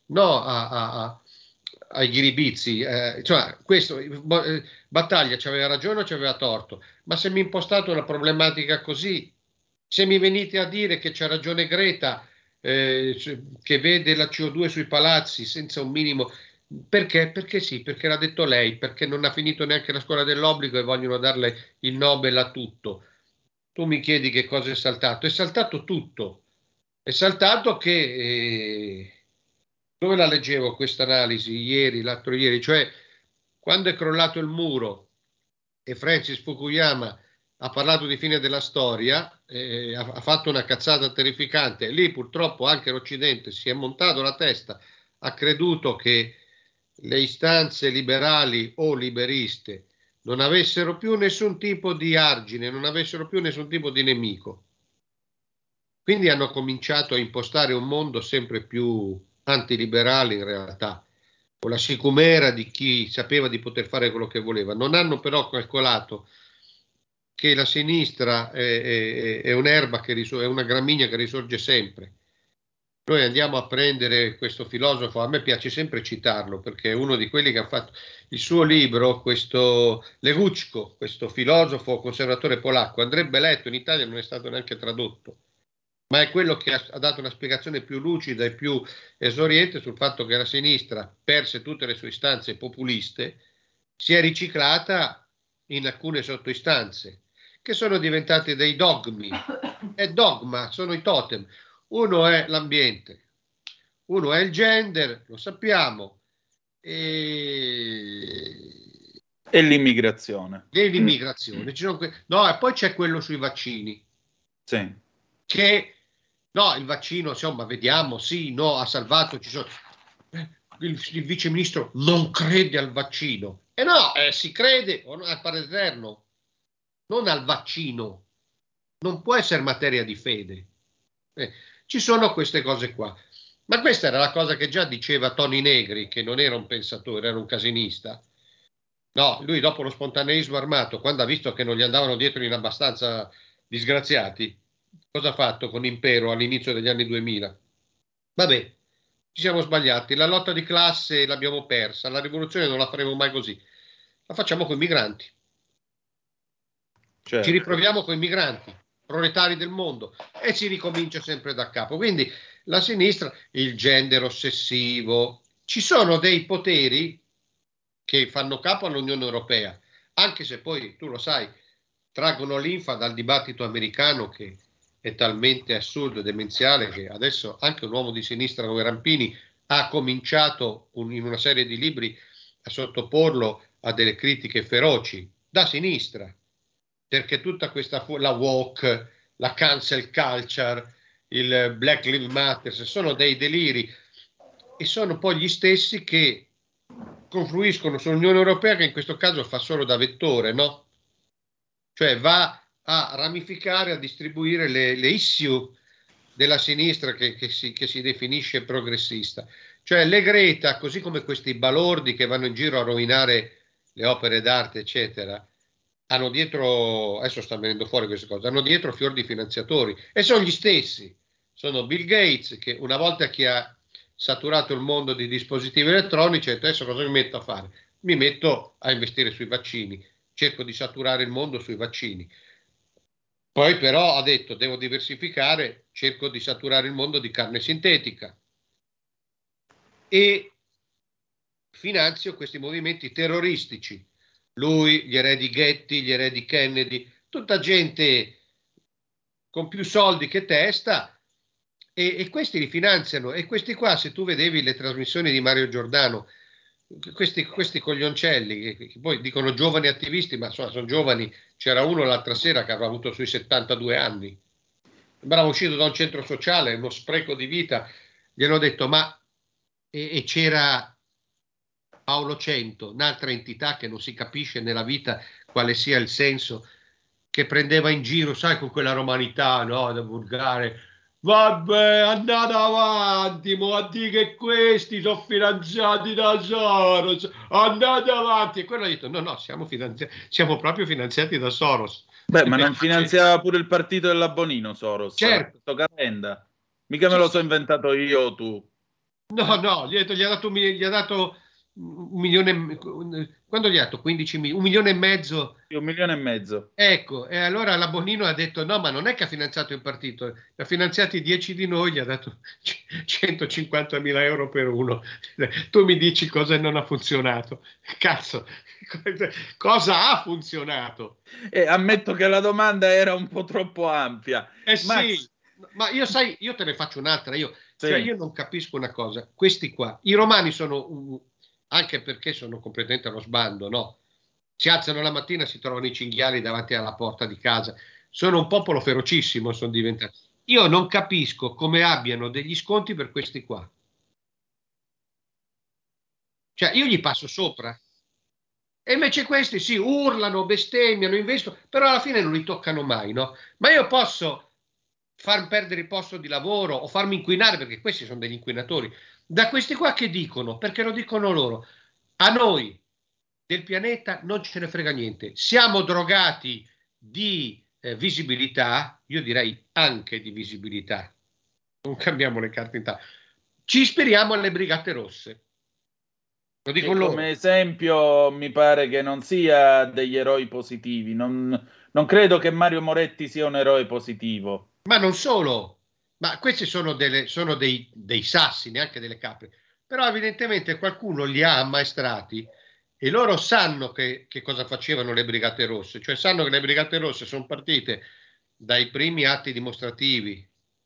ai ghiribizzi, cioè questo Battaglia c'aveva ragione o c'aveva torto, ma se mi impostate una problematica così, se mi venite a dire che c'ha ragione Greta, che vede la CO2 sui palazzi senza un minimo... Perché? Perché sì, perché l'ha detto lei, perché non ha finito neanche la scuola dell'obbligo e vogliono darle il Nobel a tutto. Tu mi chiedi che cosa è saltato? È saltato tutto. È saltato che... dove la leggevo questa analisi? Ieri, l'altro ieri, cioè quando è crollato il muro e Francis Fukuyama ha parlato di fine della storia, ha fatto una cazzata terrificante. Lì purtroppo anche l'Occidente si è montato la testa, ha creduto che le istanze liberali o liberiste non avessero più nessun tipo di argine, non avessero più nessun tipo di nemico. Quindi hanno cominciato a impostare un mondo sempre più antiliberale in realtà. o la sicumera di chi sapeva di poter fare quello che voleva. Non hanno però calcolato che la sinistra è un'erba è una gramigna che risorge sempre. Noi andiamo a prendere questo filosofo, a me piace sempre citarlo perché è uno di quelli che ha fatto il suo libro, questo Leguczko, questo filosofo conservatore polacco, andrebbe letto, in Italia non è stato neanche tradotto, ma è quello che ha dato una spiegazione più lucida e più esoriente sul fatto che la sinistra perse tutte le sue istanze populiste, si è riciclata in alcune sottoistanze, che sono diventate dei dogmi. È dogma, sono i totem. Uno è l'ambiente, uno è il gender, lo sappiamo, e l'immigrazione. No, e poi c'è quello sui vaccini. Sì. Che, no, il vaccino, insomma, vediamo, sì, no, ha salvato, ci sono... Il vice ministro non crede al vaccino. E no, si crede al Padre Eterno, non al vaccino. Non può essere materia di fede. Ci sono queste cose qua. Ma questa era la cosa che già diceva Toni Negri, che non era un pensatore, era un casinista. No, lui dopo lo spontaneismo armato, quando ha visto che non gli andavano dietro in abbastanza disgraziati, cosa ha fatto con Impero all'inizio degli anni 2000? Vabbè, ci siamo sbagliati, la lotta di classe l'abbiamo persa, la rivoluzione non la faremo mai così, la facciamo con i migranti. Certo. Ci riproviamo con i migranti, proletari del mondo, e si ricomincia sempre da capo. Quindi la sinistra, il gender ossessivo, ci sono dei poteri che fanno capo all'Unione Europea, anche se poi, tu lo sai, traggono linfa dal dibattito americano che è talmente assurdo e demenziale che adesso anche un uomo di sinistra come Rampini ha cominciato in una serie di libri a sottoporlo a delle critiche feroci da sinistra, perché tutta questa la woke, la cancel culture, il Black Lives Matter sono dei deliri, e sono poi gli stessi che confluiscono sull'Unione Europea, che in questo caso fa solo da vettore, no? Cioè va a ramificare, a distribuire le issue della sinistra che si definisce progressista. Cioè le Greta, così come questi balordi che vanno in giro a rovinare le opere d'arte, eccetera, hanno dietro, adesso sta venendo fuori queste cose, hanno dietro fior di finanziatori, e sono gli stessi. Sono Bill Gates, che una volta che ha saturato il mondo di dispositivi elettronici, ha detto: adesso cosa mi metto a fare? Mi metto a investire sui vaccini, cerco di saturare il mondo sui vaccini. Poi però ha detto: devo diversificare, cerco di saturare il mondo di carne sintetica e finanzio questi movimenti terroristici. Lui, gli eredi Getty, gli eredi Kennedy, tutta gente con più soldi che testa, e questi li finanziano. E questi qua, se tu vedevi le trasmissioni di Mario Giordano, questi coglioncelli che poi dicono giovani attivisti, ma insomma sono giovani. C'era uno l'altra sera che avrà avuto sui 72 anni, sembrava uscito da un centro sociale, uno spreco di vita. Gli hanno detto: ma e c'era Paolo Cento, un'altra entità che non si capisce nella vita quale sia il senso, che prendeva in giro, sai, con quella romanità, no, da volgare: vabbè, andate avanti, mo a dire che questi sono finanziati da Soros, andate avanti. E quello ha detto: no, siamo proprio finanziati da Soros. Beh, ma non finanziava pure il partito della Bonino Soros? Certo. Calenda. Mica me lo so inventato io o tu. No, gli ha dato $1 milione, quando gli ha dato 15 milioni, $1,5 milioni. Sì, $1,5 milioni. Ecco, e allora la Bonino ha detto: no, ma non è che ha finanziato il partito, ha finanziati 10 di noi, gli ha dato 150.000 euro per uno. Tu mi dici cosa non ha funzionato? Cazzo, cosa ha funzionato? Ammetto che la domanda era un po' troppo ampia. Sì, ma io te ne faccio un'altra. Cioè, io non capisco una cosa. Questi qua, i romani sono anche perché sono completamente allo sbando, no? Si alzano la mattina, si trovano i cinghiali davanti alla porta di casa. Sono un popolo ferocissimo, sono diventati. Io non capisco come abbiano degli sconti per questi qua. Cioè, io gli passo sopra. E invece questi sì, urlano, bestemmiano, investono, però alla fine non li toccano mai, no? Ma io posso far perdere il posto di lavoro o farmi inquinare, perché questi sono degli inquinatori, Da questi qua che dicono, perché lo dicono loro, a noi del pianeta non ce ne frega niente, siamo drogati di visibilità, io direi anche di visibilità, non cambiamo le carte in tavola, ci ispiriamo alle Brigate Rosse. Lo dico loro. Come esempio mi pare che non sia degli eroi positivi, non credo che Mario Moretti sia un eroe positivo. Ma non solo, ma questi sono dei sassi, neanche delle capre, però evidentemente qualcuno li ha ammaestrati e loro sanno che cosa facevano le Brigate Rosse, cioè sanno che le Brigate Rosse sono partite dai primi atti dimostrativi,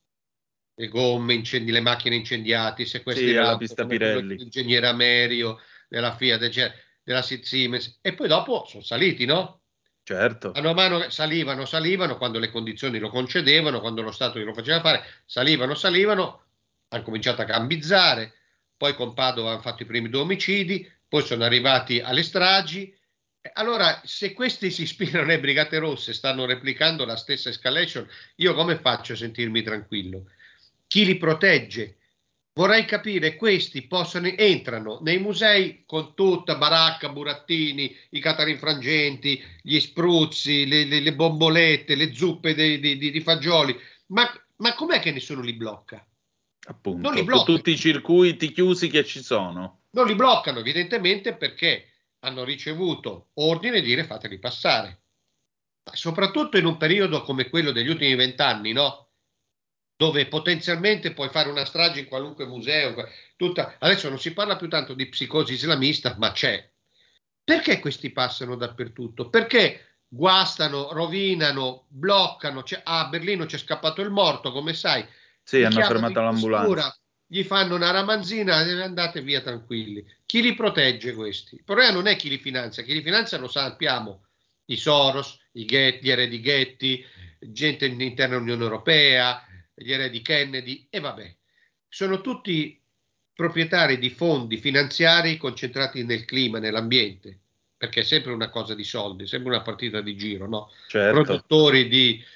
le gomme, le macchine incendiate, i sequestri Sì, alla d'auto, pista come quello Pirelli. dell'ingegnere Amerio, della Fiat, della Siemens, e poi dopo sono saliti, no? Certo. Mano a mano salivano quando le condizioni lo concedevano, quando lo Stato glielo faceva fare, salivano, hanno cominciato a gambizzare, poi con Padova hanno fatto i primi 2 omicidi, poi sono arrivati alle stragi. Allora, se questi si ispirano alle Brigate Rosse, stanno replicando la stessa escalation, io come faccio a sentirmi tranquillo? Chi li protegge? Vorrei capire, questi entrano nei musei con tutta baracca, burattini, i catarinfrangenti, gli spruzzi, le bombolette, le zuppe di fagioli, ma com'è che nessuno li blocca? Appunto, Non li con blocca. tutti i circuiti chiusi che ci sono. Non li bloccano evidentemente perché hanno ricevuto ordine di dire fateli passare. Ma soprattutto in un periodo come quello degli ultimi 20 anni, no? Dove potenzialmente puoi fare una strage in qualunque museo. Adesso non si parla più tanto di psicosi islamista, ma c'è. Perché questi passano dappertutto? Perché guastano, rovinano, bloccano? A Berlino c'è scappato il morto, come sai. Sì, Li hanno chiamano fermato in l'ambulanza. questura, gli fanno una ramanzina e andate via tranquilli. Chi li protegge questi? Il problema non è chi li finanzia lo sappiamo. I Soros, gli eredi Ghetti, gente all'interno dell'Unione Europea, gli eredi Kennedy, e vabbè, sono tutti proprietari di fondi finanziari concentrati nel clima, nell'ambiente, perché è sempre una cosa di soldi, sempre una partita di giro, no? Certo. Produttori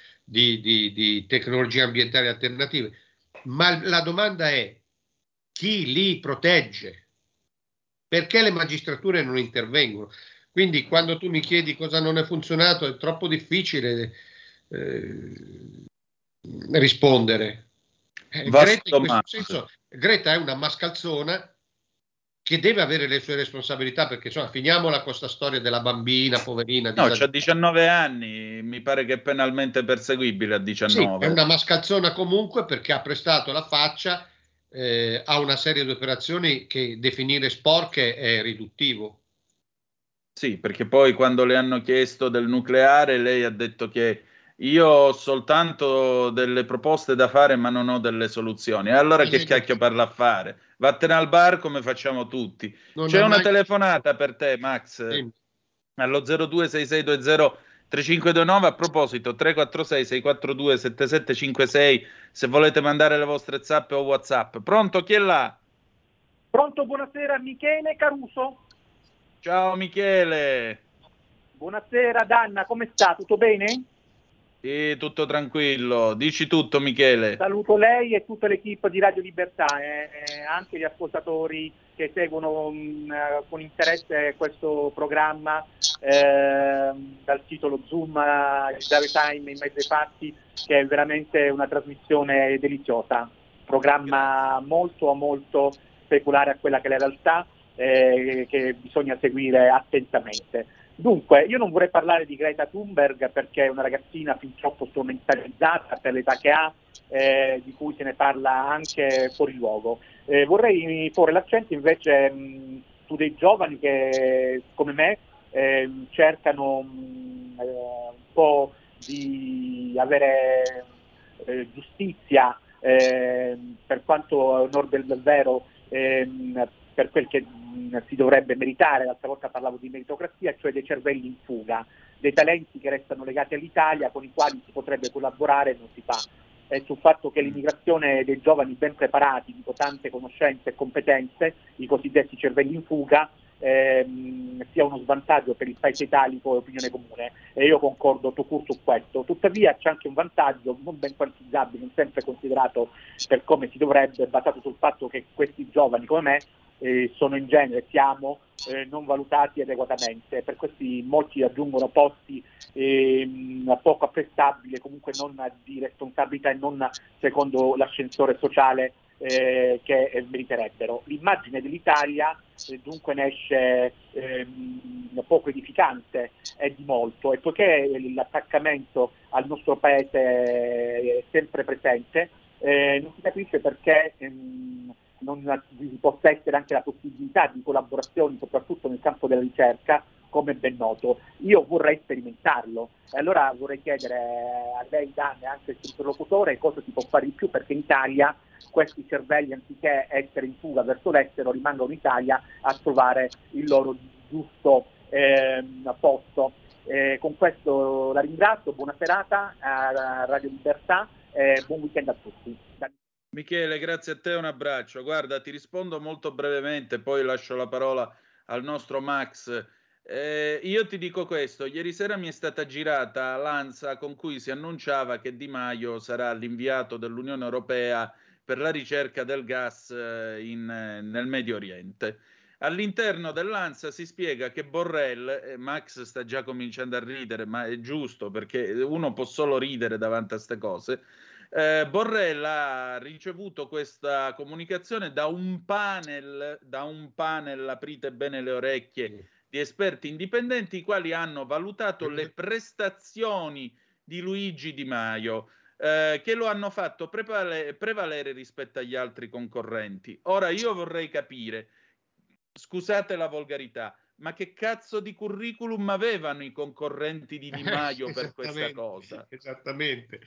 di tecnologie ambientali alternative. Ma la domanda è: chi li protegge? Perché le magistrature non intervengono? Quindi quando tu mi chiedi cosa non è funzionato, è troppo difficile rispondere. Greta è una mascalzona che deve avere le sue responsabilità, perché insomma, finiamola con questa storia della bambina poverina. No, c'ha 19 anni, mi pare che è penalmente perseguibile a 19. Sì, è una mascalzona comunque, perché ha prestato la faccia a una serie di operazioni che definire sporche è riduttivo. Sì, perché poi quando le hanno chiesto del nucleare, lei ha detto che io ho soltanto delle proposte da fare, ma non ho delle soluzioni. E allora che cacchio parla a fare? Vattene al bar come facciamo tutti. C'è una telefonata per te, Max, sì, allo 0266203529. A proposito, 346-642-7756, se volete mandare le vostre zappe o WhatsApp. Pronto, chi è là? Pronto, buonasera, Michele Caruso. Ciao Michele. Buonasera Danna, come sta? Tutto bene? Sì, tutto tranquillo. Dici tutto, Michele. Saluto lei e tutta l'equipe di Radio Libertà, anche gli ascoltatori che seguono con interesse questo programma dal titolo Zoom, il Drive Time in mezzo ai fatti, che è veramente una trasmissione deliziosa, programma molto molto speculare a quella che è la realtà, che bisogna seguire attentamente. Dunque, io non vorrei parlare di Greta Thunberg perché è una ragazzina fin troppo strumentalizzata per l'età che ha, di cui se ne parla anche fuori luogo. Vorrei porre l'accento invece su dei giovani che, come me, cercano un po' di avere giustizia per quanto onor del vero, per quel che si dovrebbe meritare. L'altra volta parlavo di meritocrazia, cioè dei cervelli in fuga, dei talenti che restano legati all'Italia, con i quali si potrebbe collaborare e non si fa. Sul fatto che l'immigrazione dei giovani ben preparati, di tante conoscenze e competenze, i cosiddetti cervelli in fuga, sia uno svantaggio per il paese italico e opinione comune, e io concordo su questo. Tuttavia c'è anche un vantaggio non ben quantificabile, non sempre considerato per come si dovrebbe, basato sul fatto che questi giovani come me sono in genere, siamo non valutati adeguatamente, per questi molti raggiungono posti poco apprezzabili, comunque non di responsabilità e non secondo l'ascensore sociale che meriterebbero. L'immagine dell'Italia dunque ne esce poco edificante e di molto, e poiché l'attaccamento al nostro paese è sempre presente, non si capisce perché non vi possa essere anche la possibilità di collaborazioni, soprattutto nel campo della ricerca, come ben noto. Io vorrei sperimentarlo, e allora vorrei chiedere a lei, Dan, e anche al suo interlocutore, cosa si può fare di più perché in Italia questi cervelli, anziché essere in fuga verso l'estero, rimangono in Italia a trovare il loro giusto posto. Con questo la ringrazio, buona serata a Radio Libertà e buon weekend a tutti. Michele, grazie a te, un abbraccio. Guarda, ti rispondo molto brevemente, poi lascio la parola al nostro Max. Io ti dico questo: ieri sera mi è stata girata l'ANSA con cui si annunciava che Di Maio sarà l'inviato dell'Unione Europea per la ricerca del gas nel Medio Oriente. All'interno dell'ANSA si spiega che Borrell, Max sta già cominciando a ridere, ma è giusto perché uno può solo ridere davanti a queste cose. Borrell ha ricevuto questa comunicazione da un panel, aprite bene le orecchie, di esperti indipendenti, i quali hanno valutato le prestazioni di Luigi Di Maio, che lo hanno fatto prevalere rispetto agli altri concorrenti. Ora io vorrei capire, scusate la volgarità, ma che cazzo di curriculum avevano i concorrenti di Di Maio per questa cosa? Esattamente.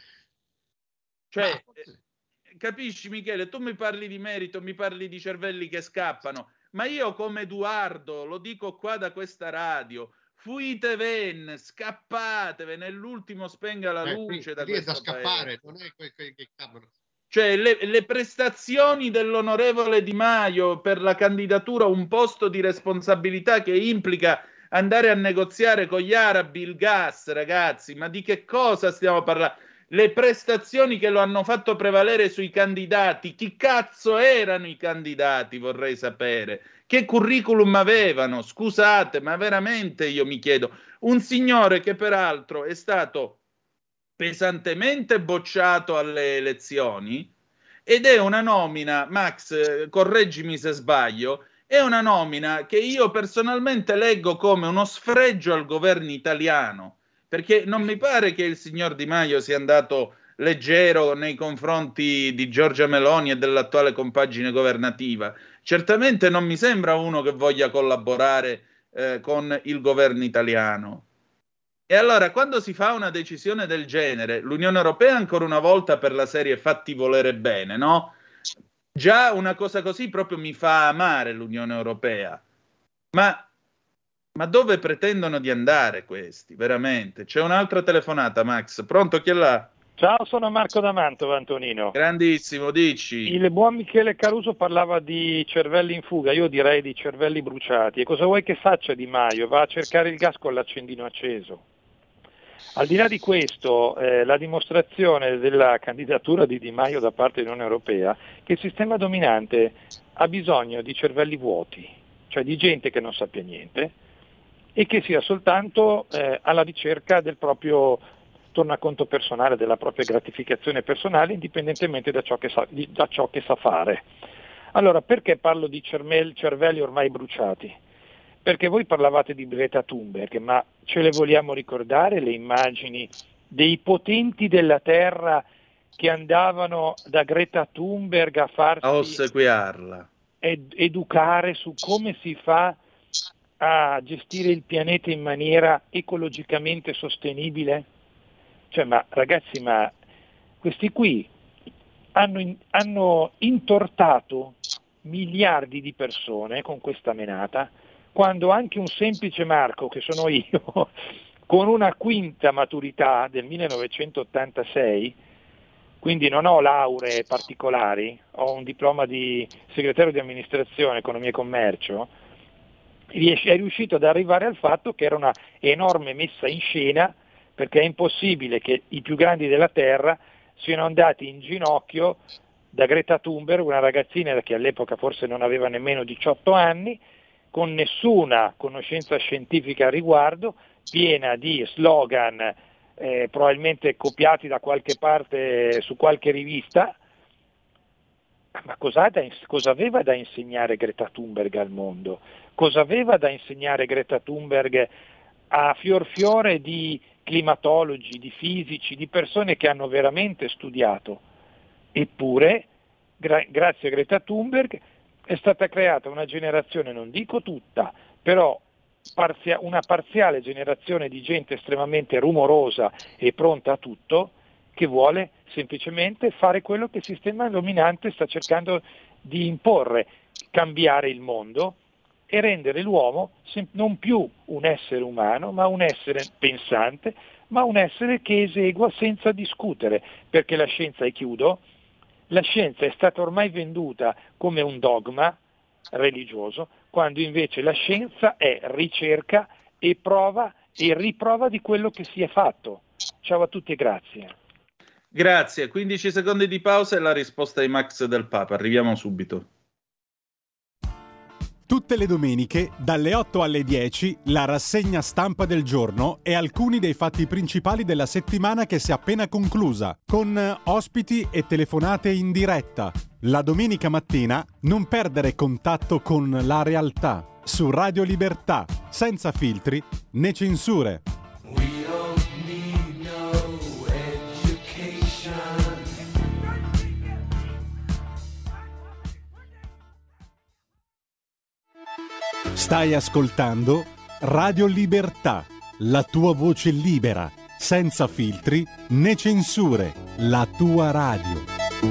Cioè, capisci, Michele, tu mi parli di merito, mi parli di cervelli che scappano, ma io come Edoardo, lo dico qua da questa radio, fuitevene, scappatevene, nell'ultimo spenga la luce da questo scappare, paese. Non è che cammano. Cioè, le prestazioni dell'onorevole Di Maio per la candidatura a un posto di responsabilità che implica andare a negoziare con gli arabi il gas, ragazzi, ma di che cosa stiamo parlando? Le prestazioni che lo hanno fatto prevalere sui candidati, chi cazzo erano i candidati, vorrei sapere. Che curriculum avevano? Scusate, ma veramente io mi chiedo. Un signore che peraltro è stato pesantemente bocciato alle elezioni ed è una nomina, Max, correggimi se sbaglio, è una nomina che io personalmente leggo come uno sfregio al governo italiano, perché non mi pare che il signor Di Maio sia andato leggero nei confronti di Giorgia Meloni e dell'attuale compagine governativa. Certamente non mi sembra uno che voglia collaborare con il governo italiano. E allora, quando si fa una decisione del genere, l'Unione Europea ancora una volta per la serie fatti volere bene, no? Già una cosa così proprio mi fa amare l'Unione Europea. Ma dove pretendono di andare questi, veramente? C'è un'altra telefonata, Max. Pronto, chi è là? Ciao, sono Marco da Mantova, Antonino. Grandissimo, dici. Il buon Michele Caruso parlava di cervelli in fuga, io direi di cervelli bruciati. E cosa vuoi che faccia Di Maio? Va a cercare il gas con l'accendino acceso. Al di là di questo, la dimostrazione della candidatura di Di Maio da parte dell'Unione Europea, che il sistema dominante ha bisogno di cervelli vuoti, cioè di gente che non sappia niente e che sia soltanto alla ricerca del proprio tornaconto personale, della propria gratificazione personale, indipendentemente da ciò che sa fare. Allora, perché parlo di cervelli ormai bruciati? Perché voi parlavate di Greta Thunberg, ma ce le vogliamo ricordare le immagini dei potenti della terra che andavano da Greta Thunberg a farsi a ossequiarla, educare su come si fa a gestire il pianeta in maniera ecologicamente sostenibile? Cioè, ma ragazzi, ma questi qui hanno intortato miliardi di persone con questa menata, quando anche un semplice Marco, che sono io, con una quinta maturità del 1986, quindi non ho lauree particolari, ho un diploma di segretario di amministrazione, economia e commercio, è riuscito ad arrivare al fatto che era una enorme messa in scena, perché è impossibile che i più grandi della Terra siano andati in ginocchio da Greta Thunberg, una ragazzina che all'epoca forse non aveva nemmeno 18 anni, con nessuna conoscenza scientifica a riguardo, piena di slogan probabilmente copiati da qualche parte su qualche rivista. Ma cosa aveva da insegnare Greta Thunberg al mondo? Cosa aveva da insegnare Greta Thunberg a fior fiore di climatologi, di fisici, di persone che hanno veramente studiato? Eppure, grazie a Greta Thunberg è stata creata una generazione, non dico tutta, però una parziale generazione di gente estremamente rumorosa e pronta a tutto, che vuole semplicemente fare quello che il sistema dominante sta cercando di imporre, cambiare il mondo e rendere l'uomo non più un essere umano, ma un essere pensante, ma un essere che esegua senza discutere, perché la scienza, e chiudo, la scienza è stata ormai venduta come un dogma religioso, quando invece la scienza è ricerca e prova e riprova di quello che si è fatto. Ciao a tutti e grazie. Grazie, 15 secondi di pausa e la risposta ai Max del Papa, arriviamo subito. Tutte le domeniche, dalle 8 alle 10, la rassegna stampa del giorno e alcuni dei fatti principali della settimana che si è appena conclusa, con ospiti e telefonate in diretta. La domenica mattina non perdere contatto con la realtà, su Radio Libertà, senza filtri né censure. Stai ascoltando Radio Libertà, la tua voce libera, senza filtri né censure, la tua radio.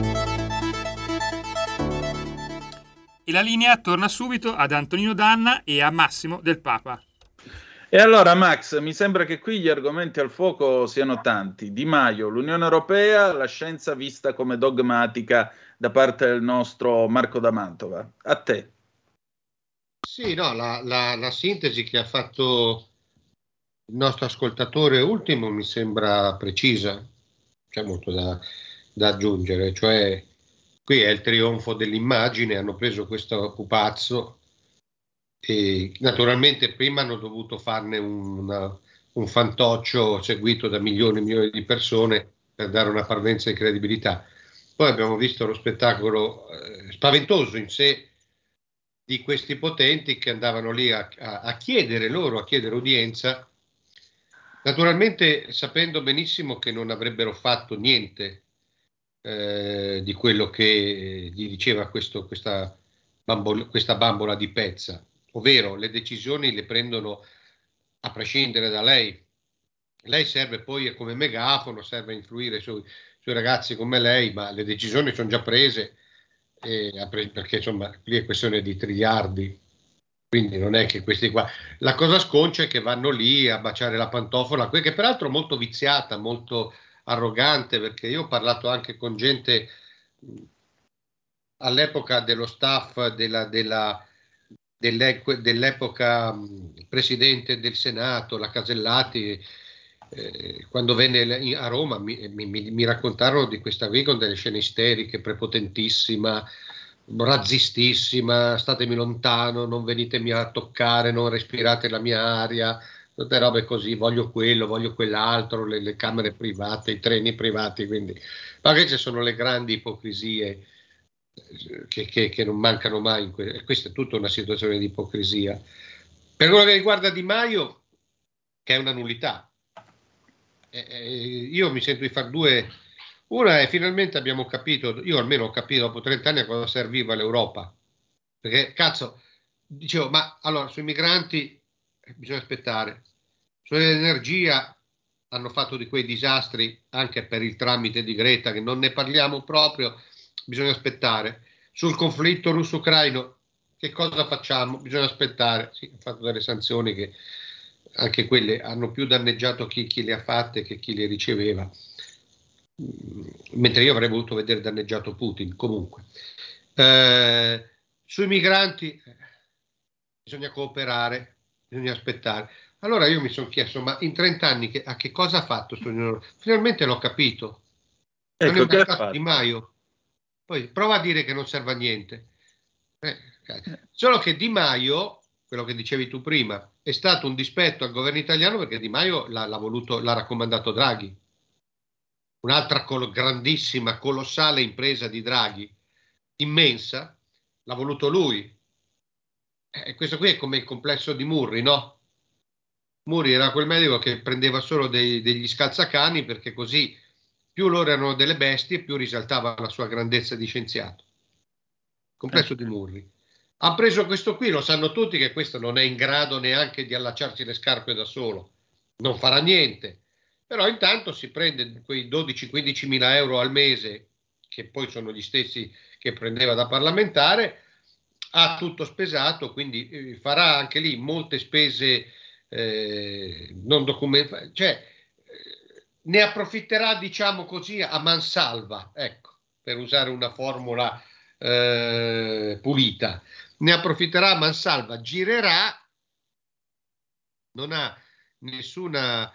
E la linea torna subito ad Antonino Danna e a Massimo del Papa. E allora Max, mi sembra che qui gli argomenti al fuoco siano tanti. Di Maio, l'Unione Europea, la scienza vista come dogmatica da parte del nostro Marco da Mantova. A te. Sì, no, la sintesi che ha fatto il nostro ascoltatore ultimo mi sembra precisa, c'è molto da aggiungere, cioè qui è il trionfo dell'immagine, hanno preso questo pupazzo e naturalmente prima hanno dovuto farne un fantoccio seguito da milioni e milioni di persone per dare una parvenza di credibilità. Poi abbiamo visto lo spettacolo spaventoso in sé di questi potenti che andavano lì a chiedere udienza, naturalmente sapendo benissimo che non avrebbero fatto niente di quello che gli diceva questa bambola di pezza, ovvero le decisioni le prendono a prescindere da lei. Lei serve poi come megafono, serve a influire sui ragazzi come lei, ma le decisioni sono già prese. Perché insomma qui è questione di triliardi, quindi non è che questi qua, la cosa sconcia è che vanno lì a baciare la pantofola, che peraltro è molto viziata, molto arrogante, perché io ho parlato anche con gente all'epoca dello staff dell'epoca presidente del Senato, la Casellati, quando venne a Roma mi raccontarono di questa Vigon, delle scene isteriche, prepotentissima, razzistissima, statemi lontano, non venitemi a toccare, non respirate la mia aria, tutte robe così, voglio quello, voglio quell'altro, le camere private, i treni privati, quindi magari ci sono le grandi ipocrisie che non mancano mai, questa è tutta una situazione di ipocrisia. Per quello che riguarda Di Maio, che è una nullità, io mi sento di fare due. Una è finalmente abbiamo capito, io almeno ho capito dopo 30 anni a cosa serviva l'Europa, perché cazzo, dicevo, ma allora sui migranti bisogna aspettare, sull'energia hanno fatto di quei disastri anche per il tramite di Greta, che non ne parliamo proprio, bisogna aspettare. Sul conflitto russo-ucraino che cosa facciamo? Bisogna aspettare. Sì, ho fatto delle sanzioni che anche quelle hanno più danneggiato chi le ha fatte che chi le riceveva, mentre io avrei voluto vedere danneggiato Putin. Comunque sui migranti bisogna cooperare, bisogna aspettare. Allora io mi sono chiesto, ma in 30 anni a che cosa ha fatto sto Unione Europea? Finalmente l'ho capito. Non Ecco, è che ha bastato fatto? Di Maio. Poi prova a dire che non serve a niente. Solo che Di Maio, quello che dicevi tu prima, è stato un dispetto al governo italiano perché Di Maio l'ha raccomandato Draghi. Un'altra grandissima, colossale impresa di Draghi, immensa, l'ha voluto lui. Questo qui è come il complesso di Murri, no? Murri era quel medico che prendeva solo degli scalzacani perché così più loro erano delle bestie, più risaltava la sua grandezza di scienziato. Complesso di Murri. Ha preso questo qui, lo sanno tutti che questo non è in grado neanche di allacciarsi le scarpe da solo, non farà niente, però intanto si prende quei 12-15 mila euro al mese, che poi sono gli stessi che prendeva da parlamentare, ha tutto spesato, quindi farà anche lì molte spese non documentate, cioè ne approfitterà, diciamo così, a mansalva, ecco, per usare una formula pulita. Ne approfitterà a mansalva, girerà, non ha nessuna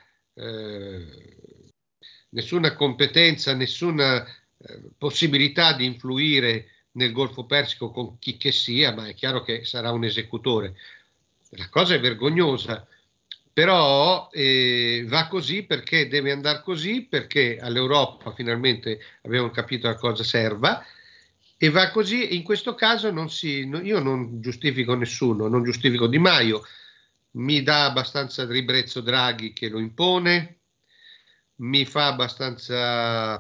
competenza, nessuna possibilità di influire nel Golfo Persico con chi che sia, ma è chiaro che sarà un esecutore. La cosa è vergognosa, però va così perché deve andare così, perché all'Europa finalmente abbiamo capito a cosa serva, e va così. In questo caso io non giustifico nessuno, non giustifico Di Maio, mi dà abbastanza ribrezzo Draghi che lo impone, mi fa abbastanza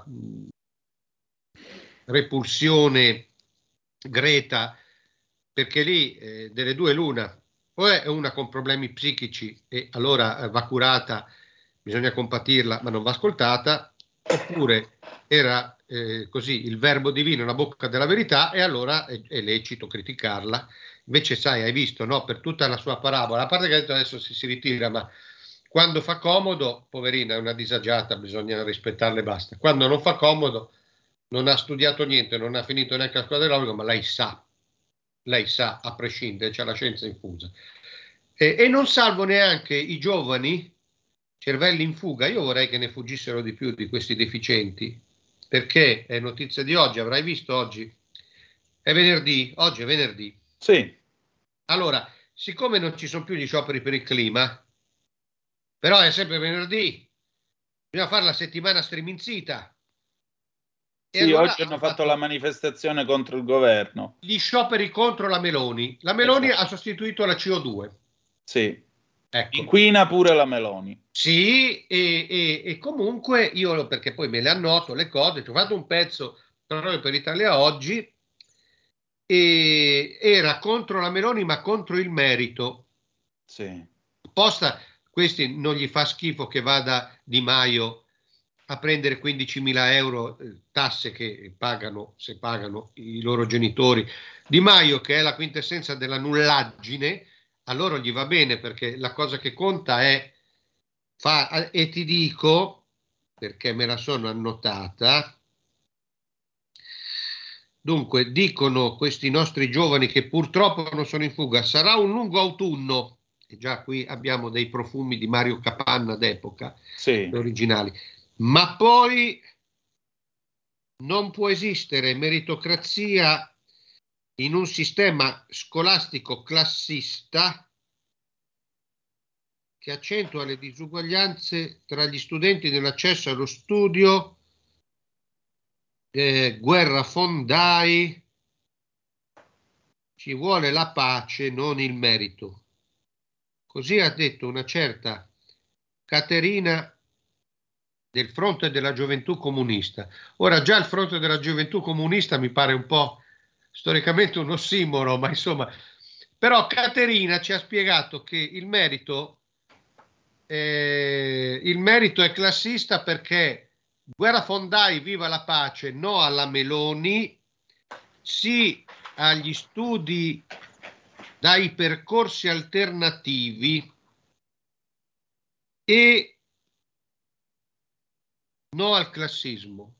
repulsione Greta, perché lì delle due l'una, o è una con problemi psichici e allora va curata, bisogna compatirla ma non va ascoltata, oppure era così il verbo divino, la bocca della verità, e allora è lecito criticarla. Invece sai, hai visto, no, per tutta la sua parabola, a parte che ha detto adesso si ritira, ma quando fa comodo, poverina, è una disagiata, bisogna rispettarle e basta. Quando non fa comodo, non ha studiato niente, non ha finito neanche la scuola dell'obbligo, ma lei sa, a prescindere, c'è la scienza infusa. E non salvo neanche i giovani cervelli in fuga. Io vorrei che ne fuggissero di più di questi deficienti, perché è notizia di oggi, avrai visto oggi, è venerdì, oggi è venerdì. Sì. Allora, siccome non ci sono più gli scioperi per il clima, però è sempre venerdì, bisogna fare la settimana striminzita. Sì, allora oggi hanno fatto la manifestazione contro il governo. Gli scioperi contro la Meloni. La Meloni esatto. Ha sostituito la CO2. Sì. Ecco. Inquina pure la Meloni. Sì, e comunque io, perché poi me le annoto le cose, ci ho fatto un pezzo proprio per Italia Oggi, e era contro la Meloni ma contro il merito. Sì. Apposta, questi non gli fa schifo che vada Di Maio a prendere 15.000 euro tasse che pagano, se pagano i loro genitori. Di Maio, che è la quintessenza della nullaggine, a loro gli va bene, perché la cosa che conta è e ti dico, perché me la sono annotata. Dunque, dicono questi nostri giovani che purtroppo non sono in fuga, sarà un lungo autunno, e già qui abbiamo dei profumi di Mario Capanna d'epoca, sì, originali, ma poi non può esistere meritocrazia in un sistema scolastico classista che accentua le disuguaglianze tra gli studenti nell'accesso allo studio, guerrafondai, ci vuole la pace, non il merito. Così ha detto una certa Caterina del Fronte della Gioventù Comunista. Ora già il Fronte della Gioventù Comunista mi pare un po' storicamente un ossimoro, ma insomma, però Caterina ci ha spiegato che il merito è classista, perché guerrafondai, viva la pace, no alla Meloni, sì agli studi dai percorsi alternativi e no al classismo.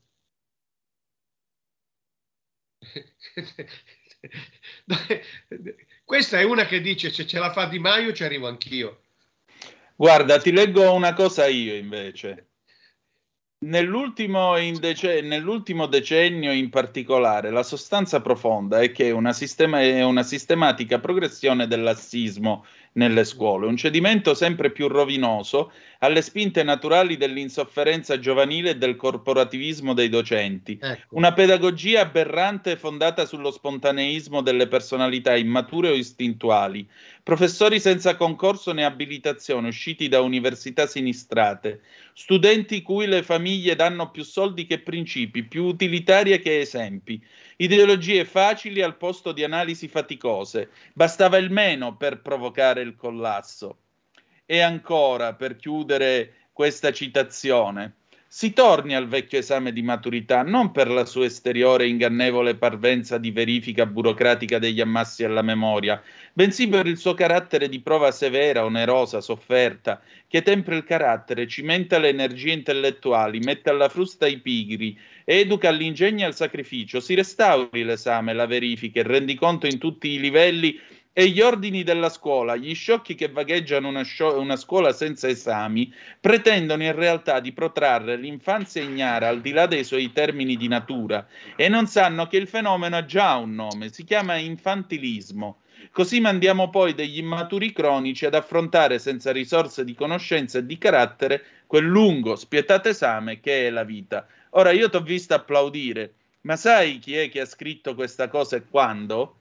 Questa è una che dice: se ce la fa Di Maio ci arrivo anch'io. Guarda, ti leggo una cosa io invece. Nell'ultimo decennio in particolare, la sostanza profonda è che è una sistematica progressione del lassismo nelle scuole, un cedimento sempre più rovinoso alle spinte naturali dell'insofferenza giovanile e del corporativismo dei docenti, una pedagogia aberrante fondata sullo spontaneismo delle personalità immature o istintuali, professori senza concorso né abilitazione usciti da università sinistrate, studenti cui le famiglie danno più soldi che principi, più utilitarie che esempi, ideologie facili al posto di analisi faticose. Bastava il meno per provocare il collasso. E ancora, per chiudere questa citazione, si torni al vecchio esame di maturità non per la sua esteriore ingannevole parvenza di verifica burocratica degli ammassi alla memoria, bensì per il suo carattere di prova severa, onerosa, sofferta, che tempra il carattere, cimenta le energie intellettuali, mette alla frusta i pigri, educa all'ingegno e al sacrificio, si restauri l'esame, la verifica, il rendiconto in tutti i livelli e gli ordini della scuola. Gli sciocchi che vagheggiano una scuola senza esami pretendono in realtà di protrarre l'infanzia ignara al di là dei suoi termini di natura e non sanno che il fenomeno ha già un nome, si chiama infantilismo. Così mandiamo poi degli immaturi cronici ad affrontare senza risorse di conoscenza e di carattere quel lungo, spietato esame che è la vita. Ora io ti ho visto applaudire, ma sai chi è che ha scritto questa cosa e quando?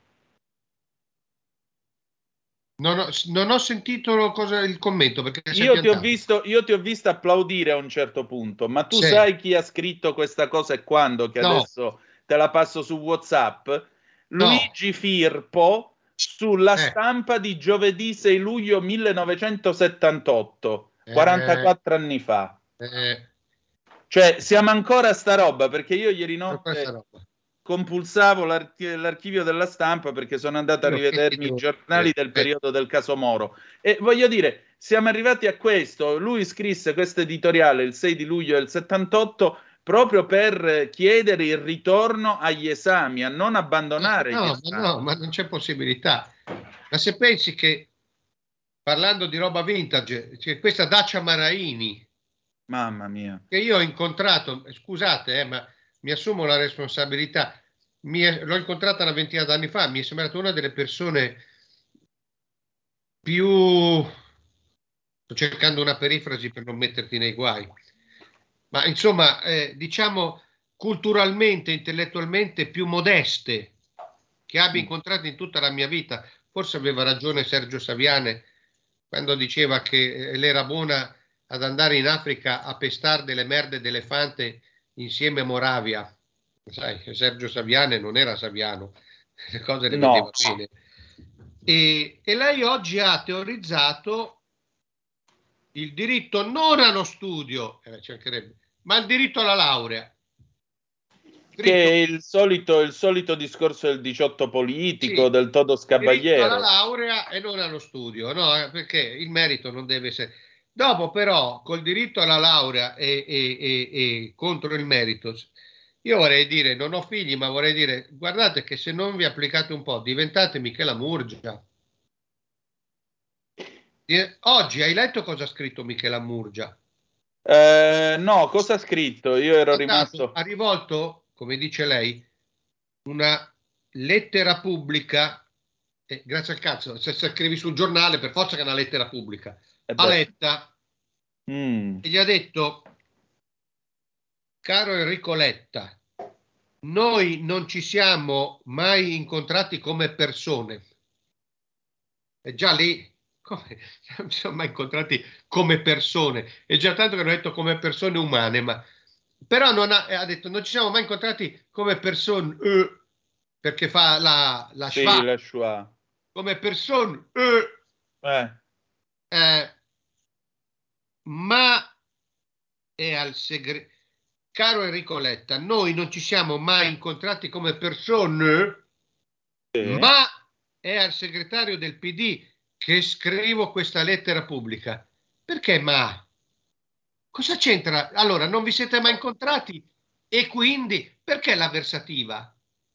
Non ho sentito il commento perché io ti ho visto applaudire a un certo punto, ma tu sai chi ha scritto questa cosa e quando? Che adesso te la passo su WhatsApp. Luigi Firpo sulla Stampa di giovedì 6 luglio 1978, 44 anni fa. Cioè siamo ancora a sta roba, perché io ieri notte compulsavo l'archivio della Stampa perché sono andato a rivedermi i giornali del periodo del caso Moro e voglio dire, siamo arrivati a questo. Lui scrisse questo editoriale il 6 di luglio del 78 proprio per chiedere il ritorno agli esami, a non abbandonare gli esami. No, ma non c'è possibilità. Ma se pensi che, parlando di roba vintage, c'è questa Dacia Maraini, mamma mia, che io ho incontrato, scusate, ma mi assumo la responsabilità, l'ho incontrata una ventina d'anni fa, mi è sembrata una delle persone più, sto cercando una perifrasi per non metterti nei guai, ma insomma diciamo culturalmente, intellettualmente più modeste che abbia incontrato in tutta la mia vita. Forse aveva ragione Sergio Saviane quando diceva che l'era buona ad andare in Africa a pestare delle merde d'elefante insieme a Moravia. Sai, Sergio Saviane non era Saviano, le cose le vedeva bene. E lei oggi ha teorizzato il diritto non allo studio, ma il diritto alla laurea. Che è il solito discorso del 18 politico, del todo scabagliero. Diritto alla laurea e non allo studio, no? Perché il merito non deve essere... Dopo però, col diritto alla laurea e contro il merito, io vorrei dire, non ho figli, ma vorrei dire, guardate che se non vi applicate un po', diventate Michela Murgia. Oggi hai letto cosa ha scritto Michela Murgia? No, cosa ha scritto? Io ero rimasto... Ha rivolto, come dice lei, una lettera pubblica, grazie al cazzo, se scrivi sul giornale per forza che è una lettera pubblica, a Letta, e gli ha detto: caro Enrico Letta, noi non ci siamo mai incontrati come persone. E già lì, come? Non ci siamo mai incontrati come persone, è già tanto che hanno detto come persone umane, ma però ha detto non ci siamo mai incontrati come persone, perché fa la schwa, come persone, ma è al segreto. Caro Enrico Letta, noi non ci siamo mai incontrati come persone, ma è al segretario del PD che scrivo questa lettera pubblica. Perché ma? Cosa c'entra? Allora, non vi siete mai incontrati e quindi perché la versativa?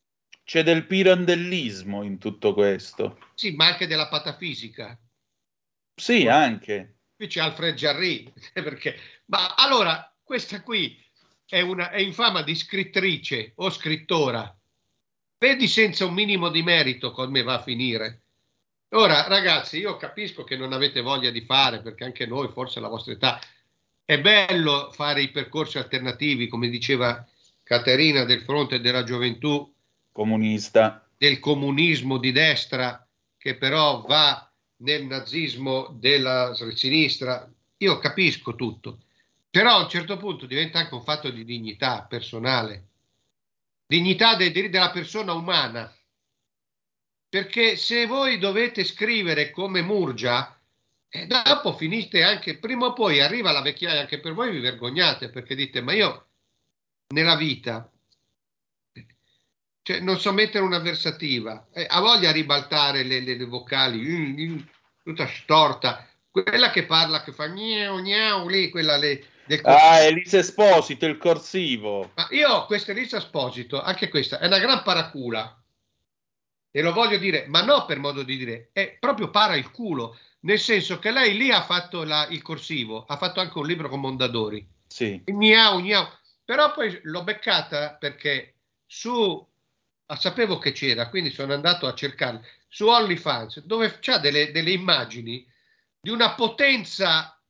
c'è del pirandellismo in tutto questo. Sì, ma anche della patafisica. Sì, anche. Qui c'è Alfred Jarry, perché... Ma allora, questa qui è infama di scrittrice o scrittora. Vedi senza un minimo di merito come va a finire. Ora, ragazzi, io capisco che non avete voglia di fare, perché anche noi, forse alla vostra età, è bello fare i percorsi alternativi, come diceva Caterina, del fronte della gioventù comunista, del comunismo di destra, che però va nel nazismo della sinistra. Io capisco tutto, però a un certo punto diventa anche un fatto di dignità personale, dignità dei diritti della persona umana, perché se voi dovete scrivere come Murgia, dopo finite anche, prima o poi arriva la vecchiaia, anche per voi vi vergognate, perché dite, ma io nella vita, cioè, non so mettere una versativa, ha voglia di ribaltare le vocali, tutta storta, quella che parla, che fa gnau gnau lì, quella del corsivo. Elisa Esposito, il corsivo. Ma io, questa Elisa Esposito, anche questa, è una gran paracula, e lo voglio dire, ma non per modo di dire, è proprio para il culo, nel senso che lei lì ha fatto il corsivo, ha fatto anche un libro con Mondadori. Sì. Gnau gnau. Però poi l'ho beccata perché sapevo che c'era, quindi sono andato a cercarla su OnlyFans, dove c'ha delle immagini di una potenza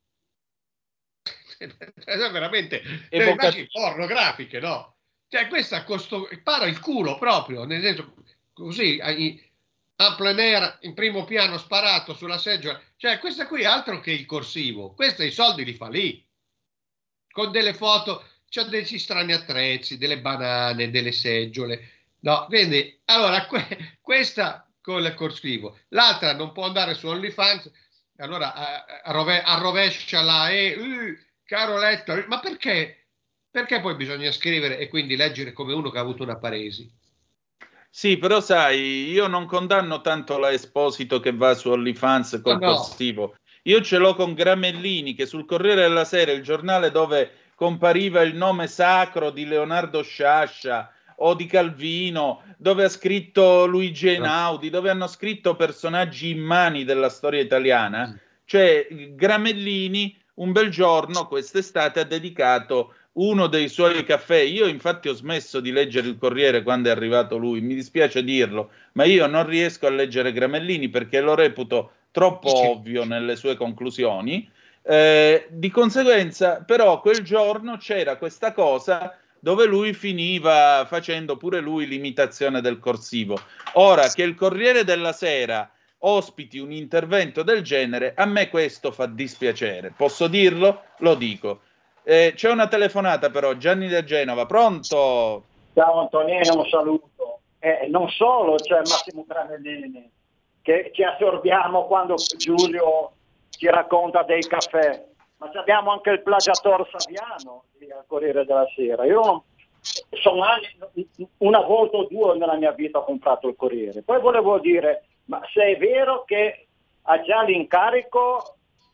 veramente delle immagini pornografiche, no? Cioè questa para il culo proprio, nel senso così a plein air, in primo piano, sparato sulla seggiola. Cioè questa qui è altro che il corsivo, questa i soldi li fa lì, con delle foto, c'ha degli strani attrezzi, delle banane, delle seggiole. No, quindi, allora, questa con il corsivo, l'altra non può andare su OnlyFans, allora arrovescia la caro letto, ma perché? Perché poi bisogna scrivere e quindi leggere come uno che ha avuto una paresi? Sì, però sai, io non condanno tanto la Esposito che va su OnlyFans col corsivo. Io ce l'ho con Gramellini, che sul Corriere della Sera, il giornale dove compariva il nome sacro di Leonardo Sciascia o di Calvino, dove ha scritto Luigi Einaudi, dove hanno scritto personaggi immani della storia italiana, cioè Gramellini un bel giorno quest'estate ha dedicato uno dei suoi caffè. Io infatti ho smesso di leggere il Corriere quando è arrivato lui, mi dispiace dirlo, ma io non riesco a leggere Gramellini perché lo reputo troppo ovvio nelle sue conclusioni. Di conseguenza, però, quel giorno c'era questa cosa dove lui finiva facendo pure lui l'imitazione del corsivo. Ora che il Corriere della Sera ospiti un intervento del genere, a me questo fa dispiacere. Posso dirlo? Lo dico. C'è una telefonata però, Gianni da Genova, pronto? Ciao Antonino, un saluto. Non solo c'è Massimo Gramellini, che ci assorbiamo quando Giulio ci racconta dei caffè, ma abbiamo anche il plagiator Saviano al Corriere della Sera. Io sono anni, una volta o due nella mia vita ho comprato il Corriere. Poi volevo dire, ma se è vero che ha già l'incarico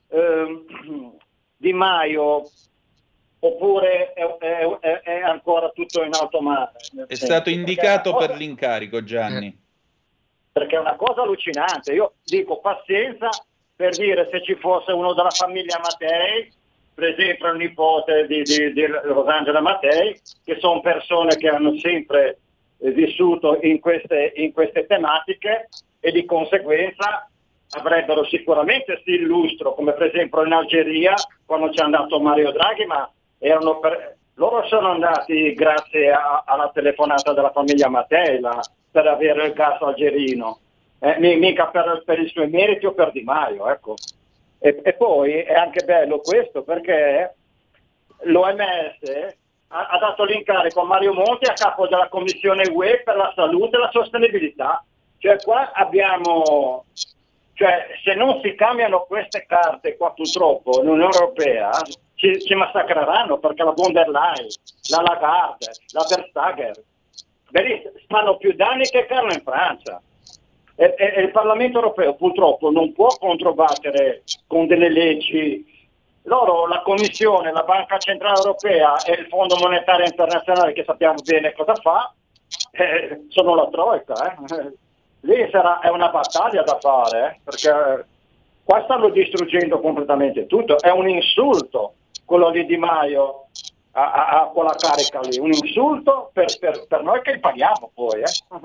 Di Maio, oppure è ancora tutto in alto mare? È stato indicato per l'incarico, Gianni. Perché è una cosa allucinante. Io dico pazienza, per dire, se ci fosse uno della famiglia Mattei, per esempio il nipote di Rosangela Mattei, che sono persone che hanno sempre vissuto in queste tematiche e di conseguenza avrebbero sicuramente stillustro, come per esempio in Algeria quando c'è andato Mario Draghi, ma loro sono andati grazie alla telefonata della famiglia Mattei per avere il gas algerino, mica per i suoi meriti o per Di Maio, ecco. E poi è anche bello questo perché l'OMS ha dato l'incarico a Mario Monti a capo della Commissione UE per la salute e la sostenibilità. Cioè qua abbiamo, se non si cambiano queste carte qua purtroppo l'Unione Europea ci massacreranno, perché la von der Leyen, la Lagarde, la Verstager fanno più danni che Carlo in Francia. E il Parlamento Europeo purtroppo non può controbattere con delle leggi. Loro, la Commissione, la Banca Centrale Europea e il Fondo Monetario Internazionale, che sappiamo bene cosa fa, sono la troika, lì è una battaglia da fare, perché qua stanno distruggendo completamente tutto, è un insulto quello di Di Maio a quella carica lì, un insulto per noi che paghiamo poi.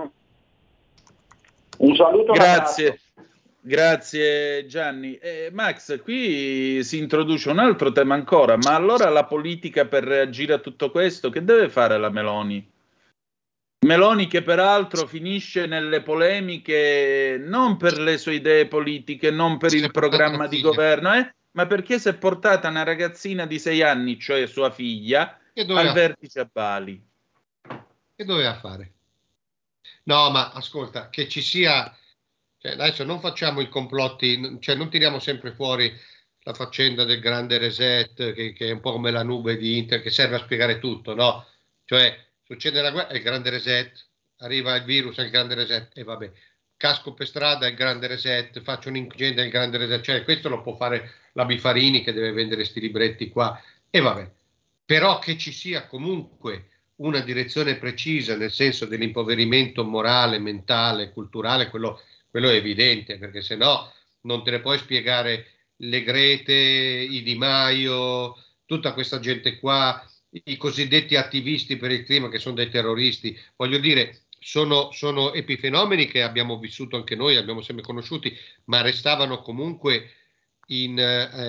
Un saluto. Grazie. Grazie Gianni. Max, qui si introduce un altro tema ancora, ma allora la politica per reagire a tutto questo, che deve fare la Meloni? Meloni che peraltro finisce nelle polemiche non per le sue idee politiche, non per il programma di governo, ma perché si è portata una ragazzina di 6 anni, cioè sua figlia, al vertice a Bali. Che doveva fare? No, ma ascolta, che ci sia... Cioè, adesso non facciamo i complotti, cioè non tiriamo sempre fuori la faccenda del grande reset, che è un po' come la nube di Inter, che serve a spiegare tutto, no? Cioè, succede la guerra, è il grande reset, arriva il virus, è il grande reset, e vabbè, casco per strada, è il grande reset, faccio un incendio, è il grande reset, cioè questo lo può fare la Bifarini che deve vendere sti libretti qua, e vabbè. Però che ci sia comunque una direzione precisa, nel senso dell'impoverimento morale, mentale, culturale, quello è evidente, perché se no non te ne puoi spiegare le Grete, i Di Maio, tutta questa gente qua, i cosiddetti attivisti per il clima che sono dei terroristi. Voglio dire, sono epifenomeni che abbiamo vissuto anche noi, abbiamo sempre conosciuti, ma restavano comunque in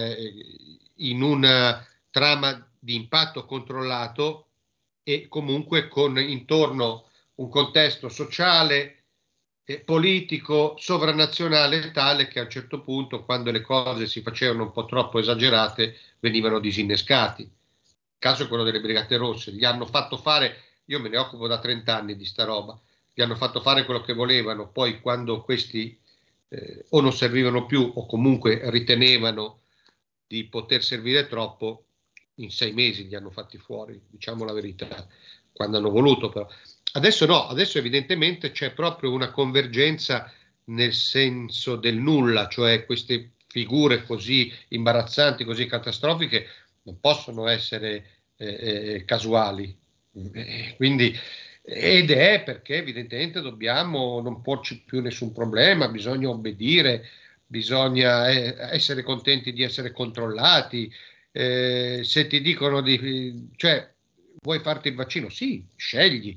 una trama di impatto controllato e comunque con intorno un contesto sociale, politico, sovranazionale, tale che a un certo punto, quando le cose si facevano un po' troppo esagerate, venivano disinnescati. Il caso è quello delle Brigate Rosse, gli hanno fatto fare, io me ne occupo da 30 anni di sta roba, gli hanno fatto fare quello che volevano, poi quando questi o non servivano più o comunque ritenevano di poter servire troppo, in 6 mesi li hanno fatti fuori, diciamo la verità, quando hanno voluto però. Adesso no, adesso evidentemente c'è proprio una convergenza nel senso del nulla, cioè queste figure così imbarazzanti, così catastrofiche non possono essere casuali. Quindi, ed è perché evidentemente dobbiamo non porci più nessun problema, bisogna obbedire, bisogna essere contenti di essere controllati. Se ti dicono cioè vuoi farti il vaccino? Sì, scegli,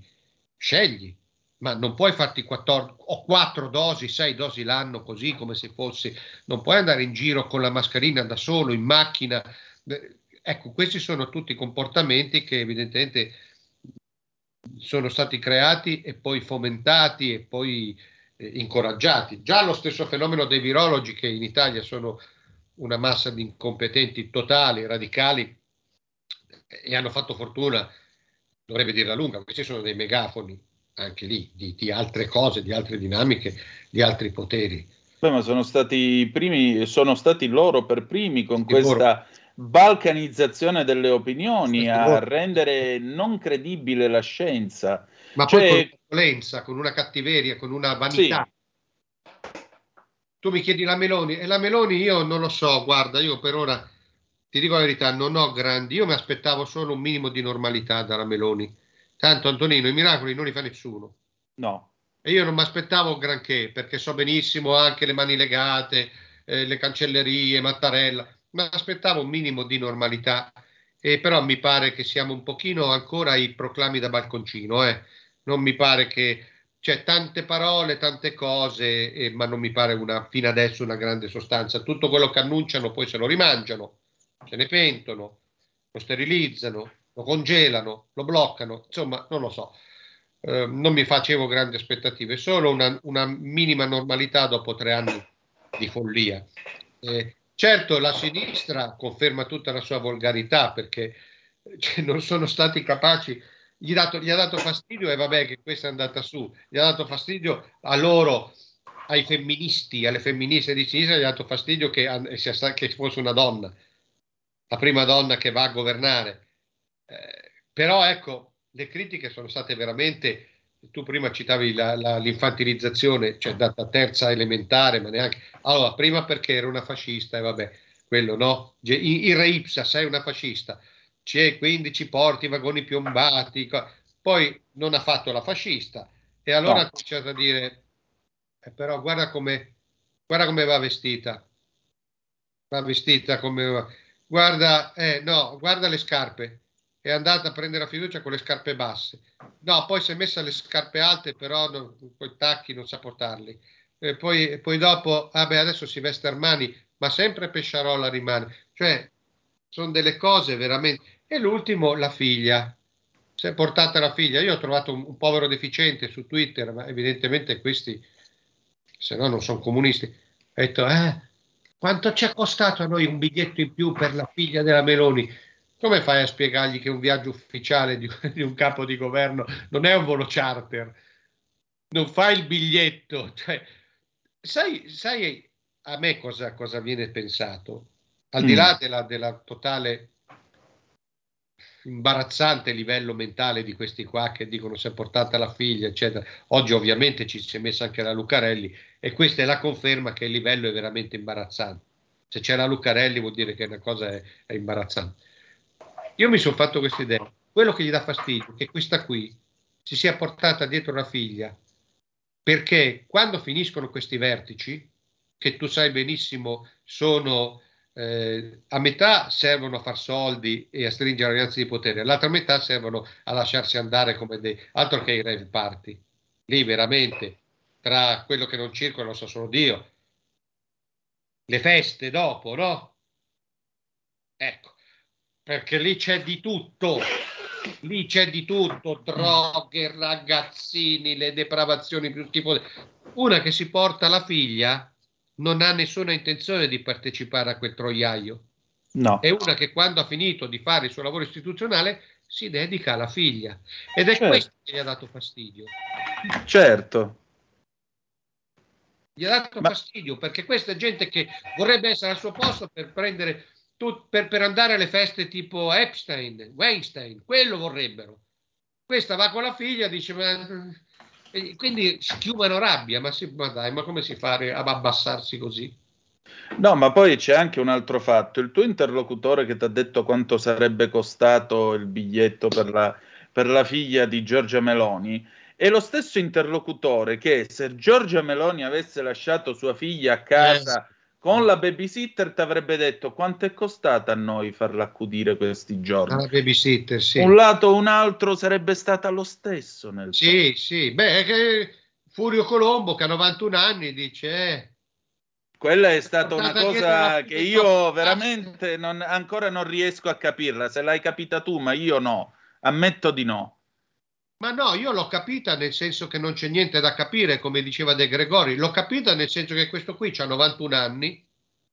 ma non puoi farti 4 dosi, 6 dosi l'anno così come se fossi, non puoi andare in giro con la mascherina da solo, in macchina. Ecco, questi sono tutti comportamenti che evidentemente sono stati creati e poi fomentati e poi incoraggiati. Già lo stesso fenomeno dei virologi, che in Italia sono una massa di incompetenti totali, radicali, e hanno fatto fortuna, dovrebbe dirla lunga, questi sono dei megafoni anche lì di altre cose, di altre dinamiche, di altri poteri. Beh, ma sono stati loro per primi con questa balcanizzazione delle opinioni a rendere non credibile la scienza. Ma poi con una violenza, con una cattiveria, con una vanità. Sì. Tu mi chiedi la Meloni, e la Meloni io non lo so, guarda, io per ora ti dico la verità, non ho grandi, io mi aspettavo solo un minimo di normalità dalla Meloni. Tanto Antonino, i miracoli non li fa nessuno. No. E io non mi aspettavo granché, perché so benissimo anche le mani legate, le cancellerie, Mattarella, ma aspettavo un minimo di normalità. Però mi pare che siamo un pochino ancora ai proclami da balconcino, Non mi pare che... C'è tante parole, tante cose, ma non mi pare fino adesso una grande sostanza. Tutto quello che annunciano poi se lo rimangiano, se ne pentono, lo sterilizzano, lo congelano, lo bloccano, insomma non lo so, non mi facevo grandi aspettative, solo una minima normalità dopo 3 anni di follia. Certo la sinistra conferma tutta la sua volgarità, perché non sono stati capaci, gli ha dato fastidio, e vabbè che questa è andata su, gli ha dato fastidio a loro, ai femministi, alle femministe di sinistra, gli ha dato fastidio che fosse una donna, la prima donna che va a governare. Però ecco, le critiche sono state veramente, tu prima citavi l'infantilizzazione, cioè data terza elementare, ma neanche, allora prima perché era una fascista, e vabbè, quello no, il re ipsa, sei una fascista, quindi ci porti i vagoni piombati, poi non ha fatto la fascista, E allora ha cominciato a dire, però guarda come va vestita. Va vestita come... Guarda, no, guarda le scarpe. È andata a prendere la fiducia con le scarpe basse. No, poi si è messa le scarpe alte, però con i tacchi non sa portarli. Poi dopo, adesso si veste Armani, ma sempre Pesciarola rimane. Cioè, sono delle cose veramente... E l'ultimo, la figlia. Si è portata la figlia. Io ho trovato un povero deficiente su Twitter, ma evidentemente questi, se no non sono comunisti. Ho detto, quanto ci è costato a noi un biglietto in più per la figlia della Meloni? Come fai a spiegargli che un viaggio ufficiale di un capo di governo non è un volo charter? Non fai il biglietto. Cioè, sai a me cosa viene pensato? Al di là della totale imbarazzante livello mentale di questi qua che dicono si è portata la figlia, eccetera. Oggi ovviamente ci si è messa anche la Lucarelli e questa è la conferma che il livello è veramente imbarazzante. Se c'è la Lucarelli vuol dire che una cosa è imbarazzante. Io mi sono fatto questa idea. Quello che gli dà fastidio è che questa qui si sia portata dietro la figlia, perché quando finiscono questi vertici, che tu sai benissimo sono a metà servono a far soldi e a stringere alleanze di potere, l'altra metà servono a lasciarsi andare come altro che i rave party. Lì veramente, tra quello che non circola lo sa solo Dio, le feste dopo, no? Ecco, perché lì c'è di tutto, droghe, ragazzini, le depravazioni più schifose. Una che si porta la figlia non ha nessuna intenzione di partecipare a quel troiaio. No. È una che quando ha finito di fare il suo lavoro istituzionale si dedica alla figlia. Ed è questo che gli ha dato fastidio. Certo. Gli ha dato fastidio perché questa è gente che vorrebbe essere al suo posto per prendere per andare alle feste tipo Weinstein, quello vorrebbero. Questa va con la figlia, dice e quindi schiumano rabbia, ma dai, ma come si fa ad abbassarsi così? No, ma poi c'è anche un altro fatto. Il tuo interlocutore che ti ha detto quanto sarebbe costato il biglietto per la figlia di Giorgia Meloni è lo stesso interlocutore che se Giorgia Meloni avesse lasciato sua figlia a casa con la babysitter ti avrebbe detto quanto è costata a noi farla accudire questi giorni. La babysitter, sì. Un lato o un altro sarebbe stata lo stesso. Sì. Beh, è che Furio Colombo che ha 91 anni dice... Quella è stata una cosa che io veramente ancora non riesco a capirla. Se l'hai capita tu, ma io no. Ammetto di no. Ma no, io l'ho capita nel senso che non c'è niente da capire, come diceva De Gregori. L'ho capita nel senso che questo qui ha 91 anni.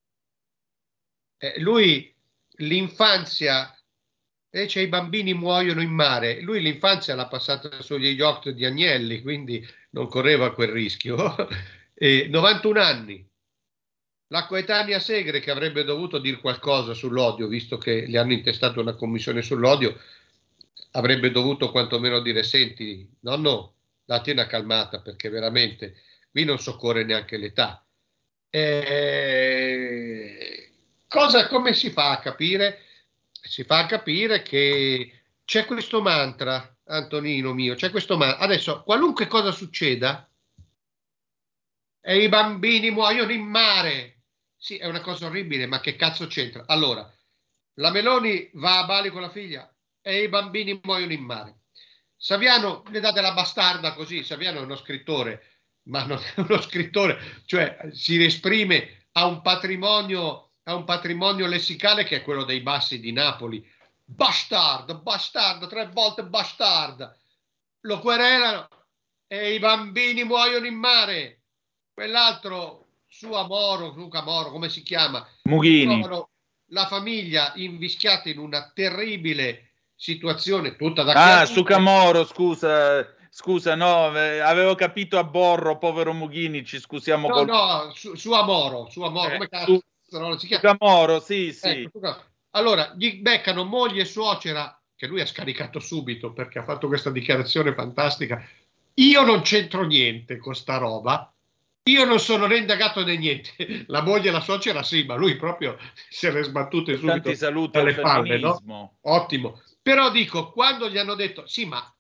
Lui, l'infanzia... i bambini muoiono in mare. Lui l'infanzia l'ha passata sugli yacht di Agnelli, quindi non correva quel rischio. 91 anni. La coetanea Segre, che avrebbe dovuto dire qualcosa sull'odio, visto che gli hanno intestato una commissione sull'odio, avrebbe dovuto quantomeno dire: senti, nonno, datti una calmata, perché veramente qui non soccorre neanche l'età. Come si fa a capire? Si fa a capire che c'è questo mantra, Antonino mio, c'è questo mantra. Adesso, qualunque cosa succeda, e i bambini muoiono in mare. Sì, è una cosa orribile, ma che cazzo c'entra? Allora, la Meloni va a Bali con la figlia e i bambini muoiono in mare. Saviano le dà della bastarda così. Saviano è uno scrittore, ma non è uno scrittore, cioè si esprime a un patrimonio lessicale che è quello dei bassi di Napoli. Bastardo, 3 volte bastarda. Lo querelano e i bambini muoiono in mare. Quell'altro, Luca Moro, come si chiama? Mughini. La famiglia invischiata in una terribile situazione tutta da Sucamoro, scusa, no, avevo capito a Borro, povero Mughini, ci scusiamo. Su Amoro, come cazzo si chiama? Sucamoro, sì. Allora, gli beccano moglie e suocera, che lui ha scaricato subito perché ha fatto questa dichiarazione fantastica. Io non c'entro niente con sta roba. Io non sono né indagato né niente. La moglie e la suocera sì, ma lui proprio se le sbattute subito. Tanti saluti alle palle, no? Ottimo. Però dico, quando gli hanno detto sì, ma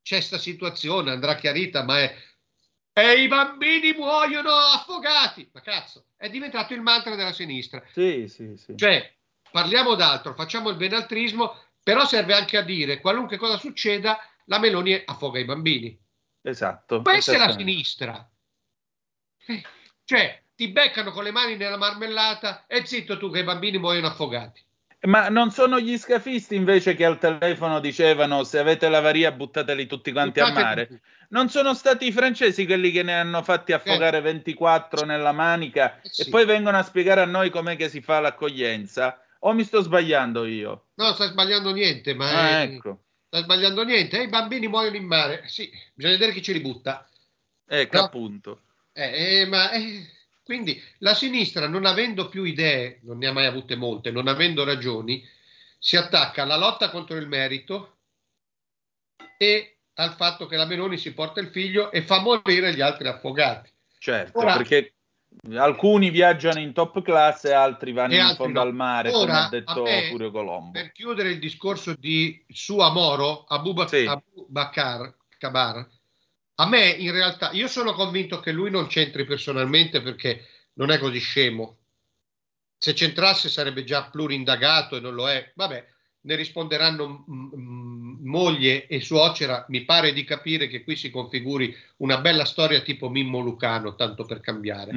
c'è sta situazione, andrà chiarita, ma e i bambini muoiono affogati. Ma cazzo, è diventato il mantra della sinistra. Sì. Cioè, parliamo d'altro, facciamo il benaltrismo, però serve anche a dire, qualunque cosa succeda, la Meloni affoga i bambini. Esatto. Questa è la sinistra. Cioè, ti beccano con le mani nella marmellata e zitto tu che i bambini muoiono affogati. Ma non sono gli scafisti invece che al telefono dicevano se avete l'avaria buttateli tutti quanti a mare? Non sono stati i francesi quelli che ne hanno fatti affogare 24 nella Manica e poi vengono a spiegare a noi com'è che si fa l'accoglienza? O mi sto sbagliando io? No, stai sbagliando niente, ma ecco. Stai sbagliando niente. I bambini muoiono in mare. Sì, bisogna vedere chi ce li butta. Ecco, no? Appunto. Quindi la sinistra, non avendo più idee, non ne ha mai avute molte, non avendo ragioni, si attacca alla lotta contro il merito e al fatto che la Meloni si porta il figlio e fa morire gli altri affogati. Certo, perché alcuni viaggiano in top class e altri vanno in fondo al mare, come ha detto Furio Colombo. Per chiudere il discorso di Sua Moro, Abu Bakar, a me in realtà, io sono convinto che lui non c'entri personalmente perché non è così scemo. Se c'entrasse sarebbe già plurindagato e non lo è. Vabbè, ne risponderanno moglie e suocera. Mi pare di capire che qui si configuri una bella storia tipo Mimmo Lucano, tanto per cambiare.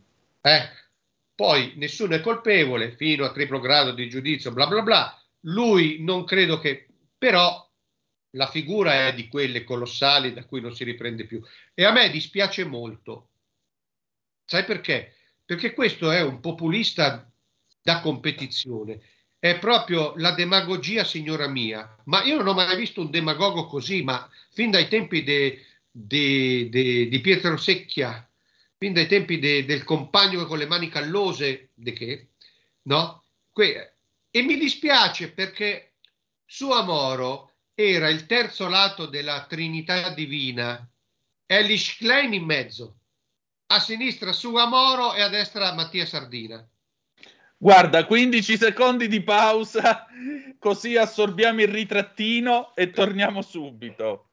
Poi nessuno è colpevole fino a triplo grado di giudizio, bla bla bla. Lui non credo che... Però la figura è di quelle colossali da cui non si riprende più. E a me dispiace molto. Sai perché? Perché questo è un populista da competizione. È proprio la demagogia, signora mia. Ma io non ho mai visto un demagogo così, ma fin dai tempi di Pietro Secchia, fin dai tempi del compagno con le mani callose, no? E mi dispiace perché Sua Moro era il terzo lato della Trinità Divina, Elish Klein in mezzo, a sinistra Sua Moro e a destra Mattia Sardina. Guarda, 15 secondi di pausa, così assorbiamo il ritrattino e torniamo subito.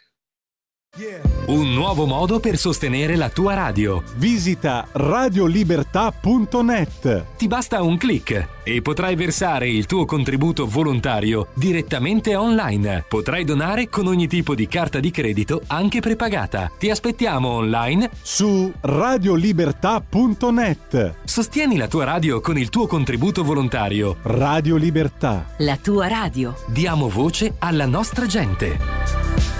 Un nuovo modo per sostenere la tua radio. Visita radiolibertà.net. Ti basta un click e potrai versare il tuo contributo volontario direttamente online. Potrai donare con ogni tipo di carta di credito, anche prepagata. Ti aspettiamo online su radiolibertà.net. Sostieni la tua radio con il tuo contributo volontario. Radio Libertà. La tua radio. Diamo voce alla nostra gente.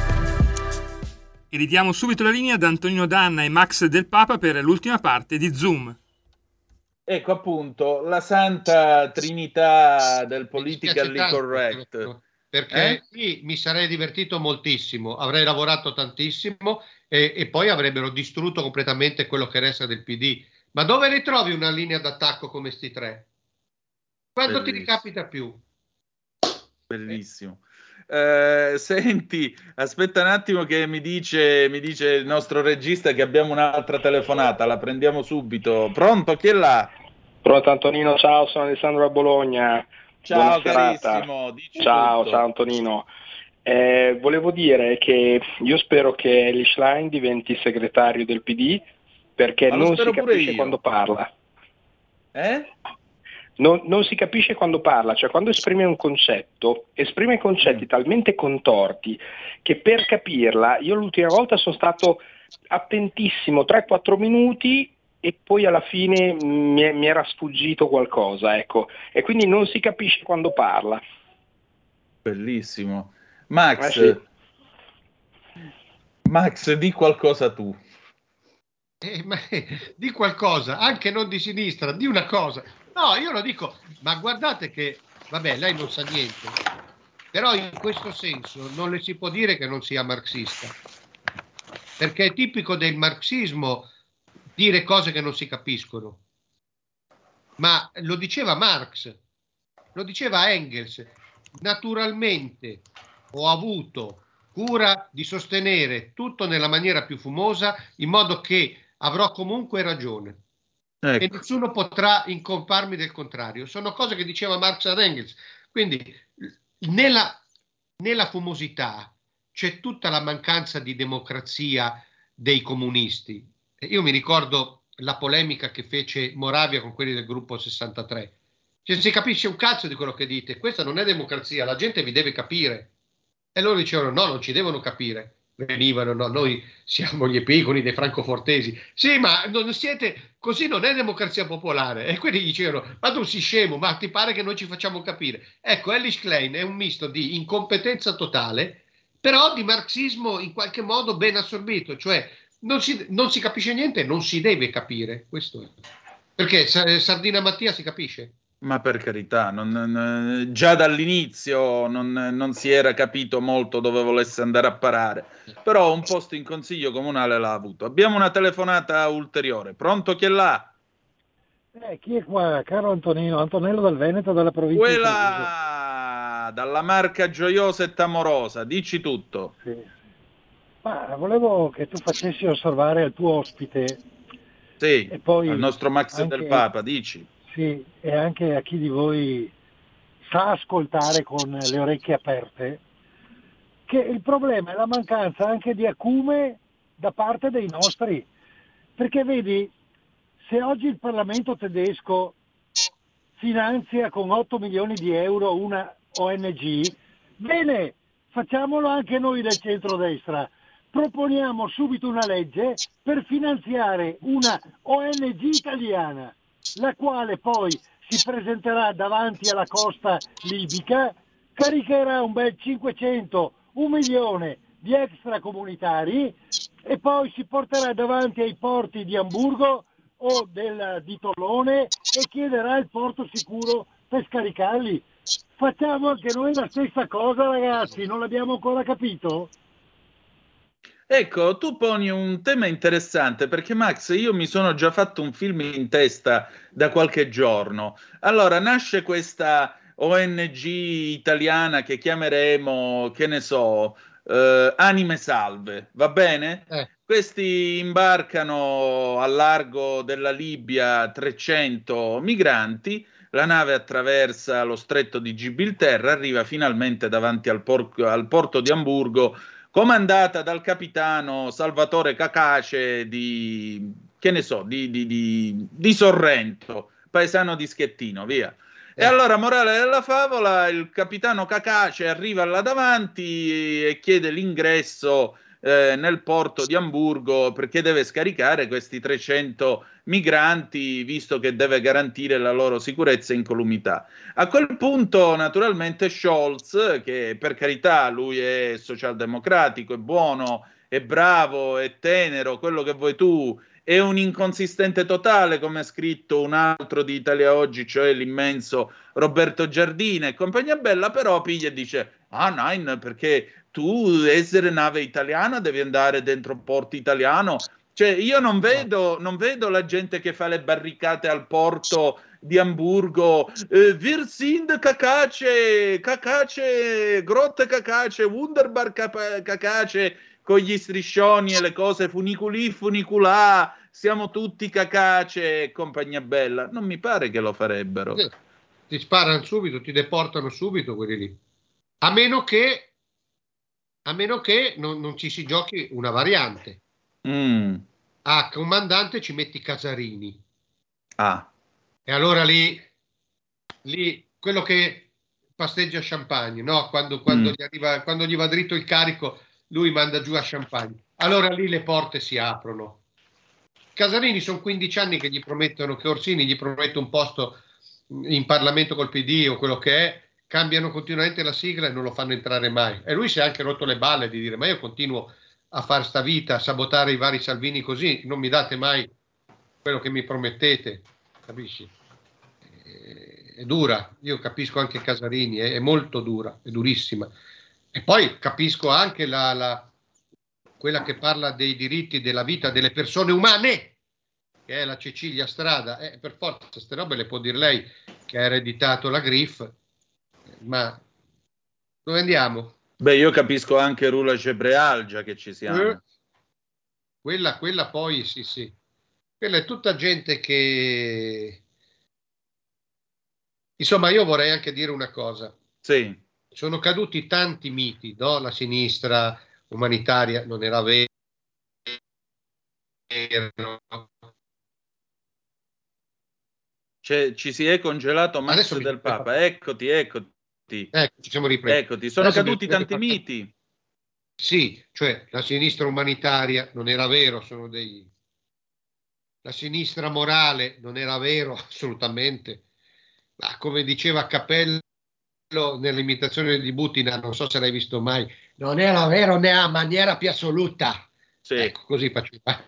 E ridiamo subito la linea ad Antonino Danna e Max Del Papa per l'ultima parte di Zoom. Ecco appunto la santa trinità del politically correct. Perché sì, mi sarei divertito moltissimo, avrei lavorato tantissimo e poi avrebbero distrutto completamente quello che resta del PD. Ma dove ne trovi una linea d'attacco come sti tre? Quando ti ricapita più? Bellissimo. Senti, aspetta un attimo che mi dice il nostro regista che abbiamo un'altra telefonata, la prendiamo subito. Pronto? Chi è là? Pronto Antonino, ciao, sono Alessandro da Bologna. Ciao carissimo, ciao Antonino. Volevo dire che io spero che Elish Line diventi segretario del PD perché non si capisce quando parla. Non si capisce quando parla, cioè quando esprime un concetto, esprime concetti talmente contorti che per capirla, io l'ultima volta sono stato attentissimo 3-4 minuti e poi alla fine mi era sfuggito qualcosa, ecco, e quindi non si capisce quando parla. Bellissimo. Max, Max, di qualcosa tu. Di qualcosa, anche non di sinistra, di una cosa. No, io lo dico, ma guardate che, vabbè, lei non sa niente, però in questo senso non le si può dire che non sia marxista, perché è tipico del marxismo dire cose che non si capiscono. Ma lo diceva Marx, lo diceva Engels, naturalmente ho avuto cura di sostenere tutto nella maniera più fumosa, in modo che avrò comunque ragione. Ecco. E nessuno potrà incolparmi del contrario. Sono cose che diceva Marx ad Engels. Quindi nella fumosità c'è tutta la mancanza di democrazia dei comunisti. Io mi ricordo la polemica che fece Moravia con quelli del gruppo 63. Cioè, si capisce un cazzo di quello che dite, questa non è democrazia, la gente vi deve capire. E loro dicevano no, non ci devono capire. Venivano, no, noi siamo gli epigoni dei francofortesi. Sì, ma non siete, così non è democrazia popolare. E quelli dicevano, ma tu sei scemo, ma ti pare che noi ci facciamo capire? Ecco, Ellis Klein è un misto di incompetenza totale, però di marxismo in qualche modo ben assorbito, cioè non si capisce niente, non si deve capire, questo è. Perché Sardina Mattia si capisce? Ma per carità, già dall'inizio non si era capito molto dove volesse andare a parare, però un posto in consiglio comunale l'ha avuto. Abbiamo una telefonata ulteriore. Pronto, chi è là? Chi è qua? Caro Antonino, Antonello del Veneto, dalla provincia di Treviso. Quella dalla Marca Gioiosa e Tamorosa, dici tutto. Sì. Ma volevo che tu facessi osservare al tuo ospite. Sì, e poi al nostro Max anche, del Papa, dici. Sì, e anche a chi di voi sa ascoltare con le orecchie aperte, che il problema è la mancanza anche di acume da parte dei nostri. Perché vedi, se oggi il Parlamento tedesco finanzia con 8 milioni di euro una ONG, bene, facciamolo anche noi del centrodestra. Proponiamo subito una legge per finanziare una ONG italiana, la quale poi si presenterà davanti alla costa libica, caricherà un bel 500, 1 milione di extracomunitari e poi si porterà davanti ai porti di Amburgo o di Tollone e chiederà il porto sicuro per scaricarli. Facciamo anche noi la stessa cosa, ragazzi, non l'abbiamo ancora capito? Ecco, tu poni un tema interessante perché Max, io mi sono già fatto un film in testa da qualche giorno. Allora, nasce questa ONG italiana che chiameremo, che ne so, Anime Salve, va bene? Questi imbarcano al largo della Libia 300 migranti, la nave attraversa lo stretto di Gibilterra, arriva finalmente davanti al porto di Amburgo, comandata dal capitano Salvatore Cacace che ne so, di Sorrento, paesano di Schettino, via. E allora, morale della favola, il capitano Cacace arriva là davanti e chiede l'ingresso nel porto di Amburgo perché deve scaricare questi 300 migranti, visto che deve garantire la loro sicurezza e incolumità. A quel punto, naturalmente, Scholz, che per carità lui è socialdemocratico, è buono, è bravo, è tenero, quello che vuoi tu, è un inconsistente totale, come ha scritto un altro di Italia Oggi, cioè l'immenso Roberto Giardina e compagnia bella, però piglia e dice: ah, nein, perché tu, essere nave italiana, devi andare dentro un porto italiano. Cioè, io non vedo la gente che fa le barricate al porto di Amburgo. Wir sind Cacace, Grotte Cacace, Wunderbar Cacace, con gli striscioni e le cose funiculà, siamo tutti Cacace e compagnia bella. Non mi pare che lo farebbero. Ti sparano subito, ti deportano subito quelli lì. A meno che non ci si giochi una variante. A comandante ci metti Casarini. E allora lì quello che pasteggia champagne, no? Quando gli va dritto il carico, lui manda giù a champagne. Allora lì le porte si aprono. Casarini sono 15 anni che gli promettono, che Orsini gli promette un posto in Parlamento col PD o quello che è, cambiano continuamente la sigla e non lo fanno entrare mai. E lui si è anche rotto le balle di dire: ma io continuo a fare sta vita, a sabotare i vari Salvini così, non mi date mai quello che mi promettete, capisci? È dura, io capisco anche Casarini, è molto dura, è durissima. E poi capisco anche quella che parla dei diritti della vita delle persone umane, che è la Cecilia Strada. Per forza, queste robe le può dire lei, che ha ereditato la Grif, ma dove andiamo? Beh, io capisco anche Rula Cebrealgia che ci siamo. Quella poi, sì. Quella è tutta gente che... Insomma, io vorrei anche dire una cosa. Sì. Sono caduti tanti miti, no? La sinistra umanitaria non era vero. Ci si è congelato Max del Papa. Eccoti. Ecco, ci siamo ripresi. Eccoti, sono caduti tanti miti. Sì, cioè la sinistra umanitaria non era vero, la sinistra morale non era vero assolutamente. Ma come diceva Cappello nell'imitazione di Butina, non so se l'hai visto mai, non era vero nella maniera più assoluta. Sì. Ecco, così faceva.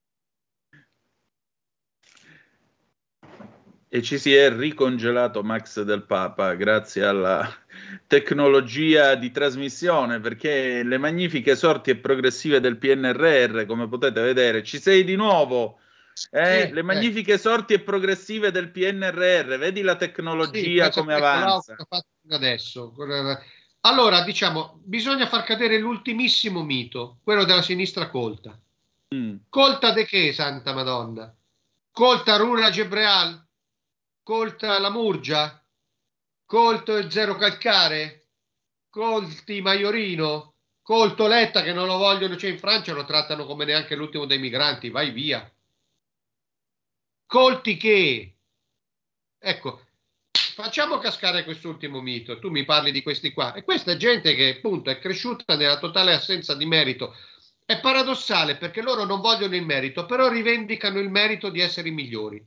E ci si è ricongelato Max del Papa grazie alla tecnologia di trasmissione, perché le magnifiche sorti e progressive del PNRR, come potete vedere, ci sei di nuovo. Sì, le magnifiche sorti e progressive del PNRR, vedi la tecnologia come avanza. Adesso. Allora, diciamo, bisogna far cadere l'ultimissimo mito, quello della sinistra colta. Colta de che, Santa Madonna? Colta Rura Gebreal? Colta la Murgia? Colto il Zero Calcare? Colti Maiorino? Colto Letta, che non lo vogliono, cioè in Francia lo trattano come neanche l'ultimo dei migranti, vai via. Colti che? Ecco, facciamo cascare quest'ultimo mito. Tu mi parli di questi qua. E questa è gente che appunto è cresciuta nella totale assenza di merito. È paradossale perché loro non vogliono il merito, però rivendicano il merito di essere i migliori.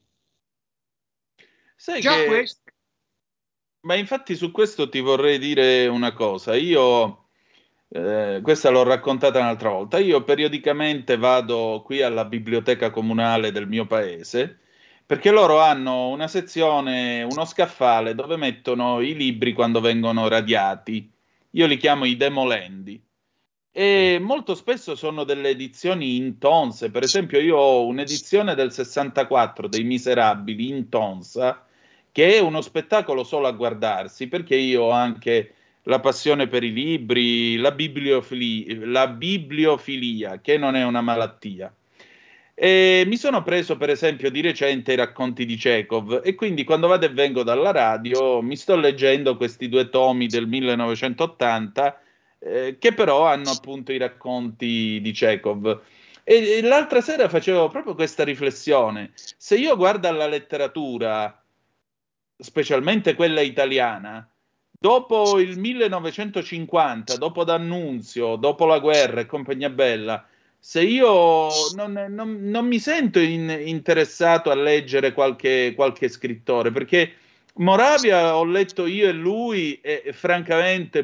Sai che... questo... Ma infatti su questo ti vorrei dire una cosa. Io, questa l'ho raccontata un'altra volta, io periodicamente vado qui alla biblioteca comunale del mio paese, perché loro hanno una sezione, uno scaffale dove mettono i libri quando vengono radiati. Io li chiamo i demolendi. E molto spesso sono delle edizioni intonse. Per esempio io ho un'edizione del 64 dei Miserabili intonsa, che è uno spettacolo solo a guardarsi, perché io ho anche la passione per i libri, la bibliofilia, che non è una malattia. E mi sono preso per esempio di recente i racconti di Chekhov, e quindi quando vado e vengo dalla radio mi sto leggendo questi 2 tomi del 1980, che però hanno appunto i racconti di Chekhov. E l'altra sera facevo proprio questa riflessione: se io guardo alla letteratura, specialmente quella italiana, dopo il 1950, dopo D'Annunzio, dopo la guerra e compagnia bella, se io non mi sento interessato a leggere qualche scrittore, perché Moravia ho letto io e lui e francamente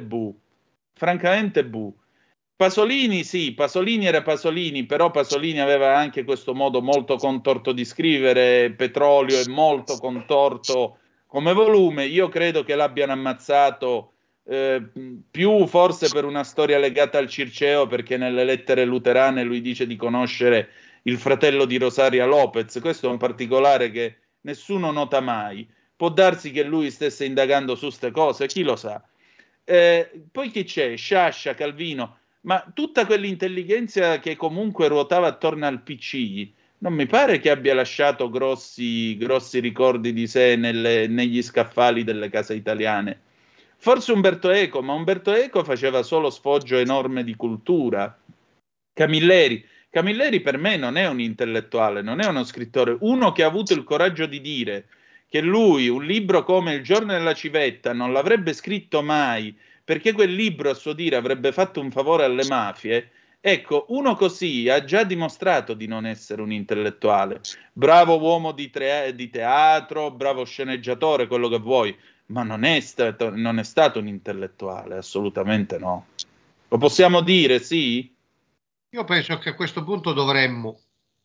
Pasolini sì, Pasolini era Pasolini, però Pasolini aveva anche questo modo molto contorto di scrivere. Petrolio è molto contorto come volume. Io credo che l'abbiano ammazzato più forse per una storia legata al Circeo, perché nelle lettere luterane lui dice di conoscere il fratello di Rosaria Lopez. Questo è un particolare che nessuno nota mai. Può darsi che lui stesse indagando su ste cose, chi lo sa. Poi chi c'è? Sciascia, Calvino, ma tutta quell'intelligenza che comunque ruotava attorno al PC non mi pare che abbia lasciato grossi ricordi di sé negli scaffali delle case italiane. Forse Umberto Eco, ma Umberto Eco faceva solo sfoggio enorme di cultura. Camilleri per me non è un intellettuale, non è uno scrittore, uno che ha avuto il coraggio di dire che lui un libro come Il giorno della civetta non l'avrebbe scritto mai, perché quel libro, a suo dire, avrebbe fatto un favore alle mafie. Ecco, uno così ha già dimostrato di non essere un intellettuale. Bravo uomo di teatro, bravo sceneggiatore, quello che vuoi, ma non è stato un intellettuale, assolutamente no. Lo possiamo dire, sì? Io penso che a questo punto dovremmo.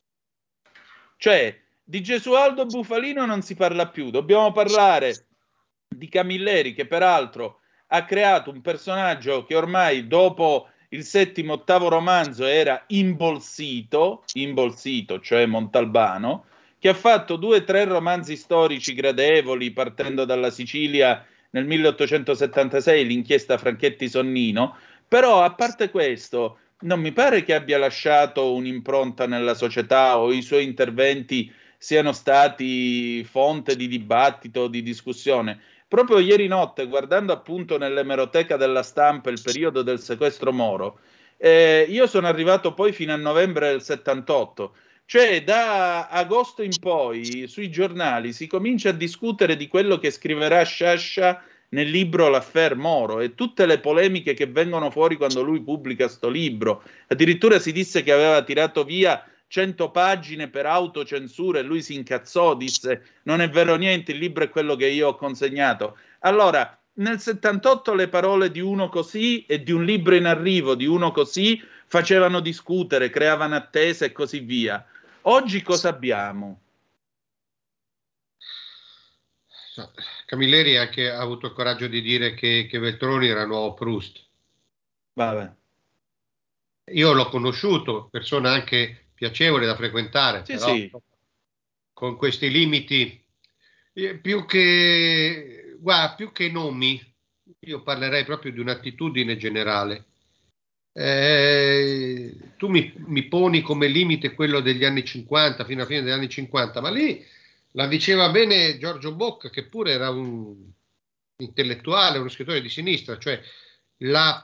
Cioè, di Gesualdo Bufalino non si parla più, dobbiamo parlare di Camilleri, che peraltro ha creato un personaggio che ormai dopo il 7º-8º romanzo era imbolsito, cioè Montalbano, che ha fatto 2 o 3 romanzi storici gradevoli, partendo dalla Sicilia nel 1876, l'inchiesta Franchetti-Sonnino, però a parte questo non mi pare che abbia lasciato un'impronta nella società, o i suoi interventi siano stati fonte di dibattito, di discussione. Proprio ieri notte, guardando appunto nell'emeroteca della Stampa il periodo del sequestro Moro, Io sono arrivato poi fino a novembre del 78. Cioè, da agosto in poi sui giornali si comincia a discutere di quello che scriverà Sciascia nel libro L'Affaire Moro e tutte le polemiche che vengono fuori quando lui pubblica sto libro. Addirittura si disse che aveva tirato via 100 pagine per autocensura e lui si incazzò, disse non è vero niente, il libro è quello che io ho consegnato. Allora, nel 78 le parole di uno così e di un libro in arrivo di uno così facevano discutere, creavano attese e così via. Oggi cosa abbiamo? Camilleri anche ha avuto il coraggio di dire che Veltroni era nuovo Proust. Vabbè. Io l'ho conosciuto, persona anche piacevole da frequentare, sì, però sì. Con questi limiti, più che nomi, io parlerei proprio di un'attitudine generale. Tu mi poni come limite quello degli anni 50, fino alla fine degli anni 50, ma lì la diceva bene Giorgio Bocca, che pure era un intellettuale, uno scrittore di sinistra, cioè la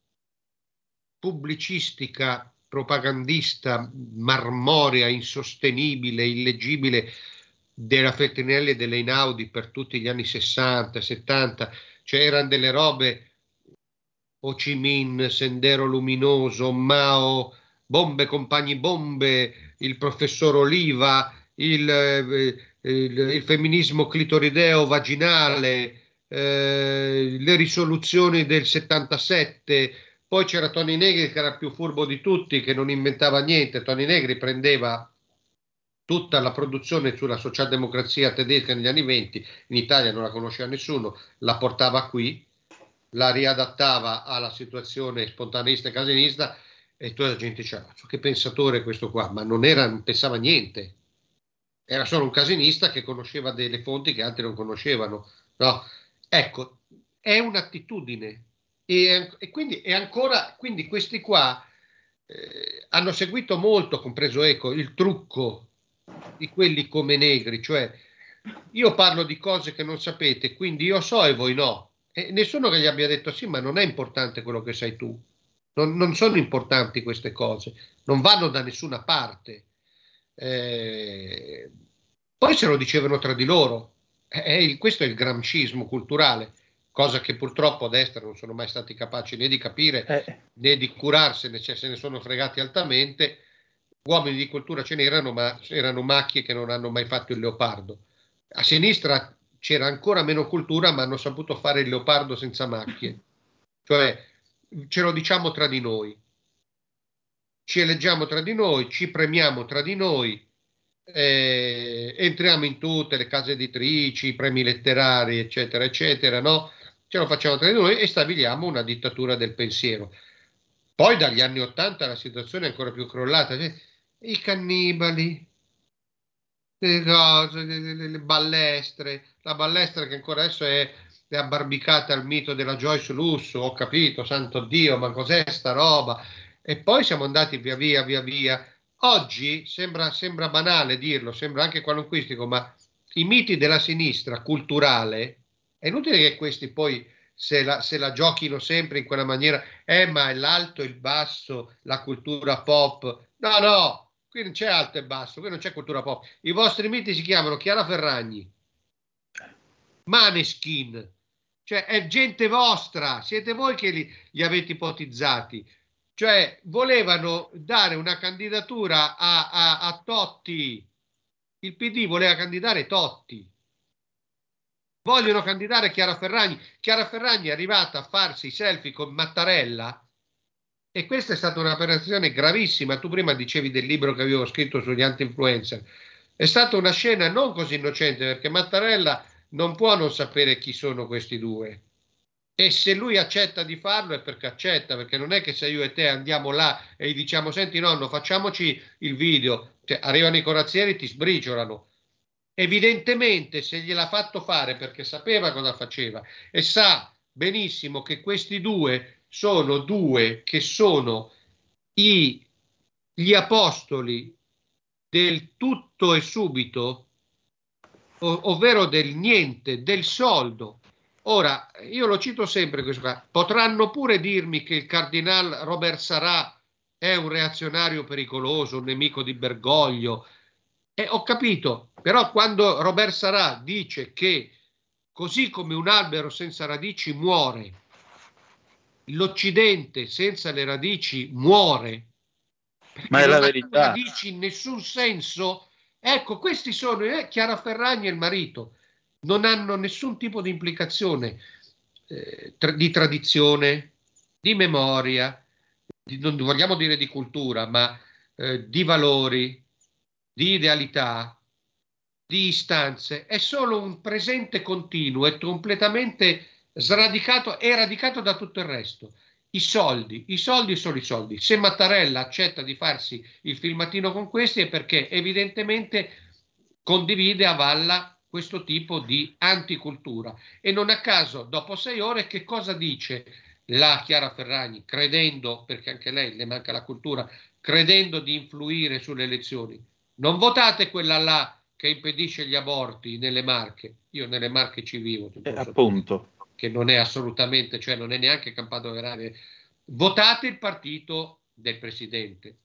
pubblicistica propagandista marmorea, insostenibile, illeggibile della Feltrinelli e delle Einaudi per tutti gli anni 60, 70, cioè erano delle robe Ho Chi Minh, Sendero Luminoso, Mao, Bombe compagni bombe, il professor Oliva, il femminismo clitorideo vaginale, le risoluzioni del 77. Poi c'era Toni Negri che era più furbo di tutti, che non inventava niente. Toni Negri prendeva tutta la produzione sulla socialdemocrazia tedesca negli anni 20, in Italia non la conosceva nessuno, la portava qui, la riadattava alla situazione spontaneista e casinista, e tutta la gente diceva, che pensatore questo qua, ma non pensava niente, era solo un casinista che conosceva delle fonti che altri non conoscevano, no? Ecco, è un'attitudine, e quindi è ancora, quindi questi qua hanno seguito molto, compreso Eco, il trucco di quelli come Negri, cioè io parlo di cose che non sapete, quindi io so e voi no, e nessuno che gli abbia detto sì, ma non è importante quello che sai tu, non sono importanti queste cose, non vanno da nessuna parte. Poi se lo dicevano tra di loro, questo è il gramscismo culturale, cosa che purtroppo a destra non sono mai stati capaci né di capire né di curarsene, cioè se ne sono fregati altamente. Uomini di cultura ce n'erano, ma erano macchie che non hanno mai fatto il leopardo. A sinistra c'era ancora meno cultura, ma hanno saputo fare il leopardo senza macchie. Cioè, ce lo diciamo tra di noi, ci eleggiamo tra di noi, ci premiamo tra di noi, entriamo in tutte le case editrici, i premi letterari, eccetera, eccetera, no? Ce lo facciamo tra di noi e stabiliamo una dittatura del pensiero. Poi dagli anni '80 la situazione è ancora più crollata. I cannibali, le cose, le ballestre, la ballestra che ancora adesso è abbarbicata al mito della Joyce Lusso, ho capito, santo Dio, ma cos'è sta roba? E poi siamo andati via via. Oggi sembra banale dirlo, sembra anche qualunquistico, ma i miti della sinistra culturale, è inutile che questi poi se la giochino sempre in quella maniera, ma è l'alto e il basso, la cultura pop. No, qui non c'è alto e basso, qui non c'è cultura pop. I vostri miti si chiamano Chiara Ferragni, Maneskin, cioè è gente vostra, siete voi che li avete ipotizzati. Cioè volevano dare una candidatura a Totti, il PD voleva candidare Totti. Vogliono candidare Chiara Ferragni. Chiara Ferragni è arrivata a farsi i selfie con Mattarella e questa è stata un'operazione gravissima. Tu prima dicevi del libro che avevo scritto sugli anti-influencer. È stata una scena non così innocente perché Mattarella non può non sapere chi sono questi due. E se lui accetta di farlo è perché accetta, perché non è che se io e te andiamo là e gli diciamo senti nonno facciamoci il video, cioè, arrivano i corazzieri, ti sbriciolano. Evidentemente se gliel'ha fatto fare perché sapeva cosa faceva e sa benissimo che questi due sono che sono gli apostoli del tutto e subito, ovvero del niente, del soldo, Ora, io lo cito sempre questo qua. Potranno pure dirmi che il cardinal Robert Sarà è un reazionario pericoloso, un nemico di Bergoglio. Ho capito, però quando Robert Sarà dice che così come un albero senza radici muore, l'Occidente senza le radici muore, ma è la non ha verità. radici in nessun senso. Ecco, questi sono Chiara Ferragni e il marito. Non hanno nessun tipo di implicazione di tradizione, di memoria, non vogliamo dire di cultura, ma di valori, di idealità, di istanze. È solo un presente continuo e completamente sradicato e radicato da tutto il resto. I soldi sono i soldi. Se Mattarella accetta di farsi il filmatino con questi è perché evidentemente condivide, avalla questo tipo di anticultura. E non a caso, dopo 6 ore, che cosa dice la Chiara Ferragni, credendo, perché anche lei le manca la cultura, credendo di influire sulle elezioni? Non votate quella là che impedisce gli aborti nelle Marche. Io nelle Marche ci vivo. Appunto. Che non è assolutamente, cioè non è neanche campato veramente. Votate il partito del presidente.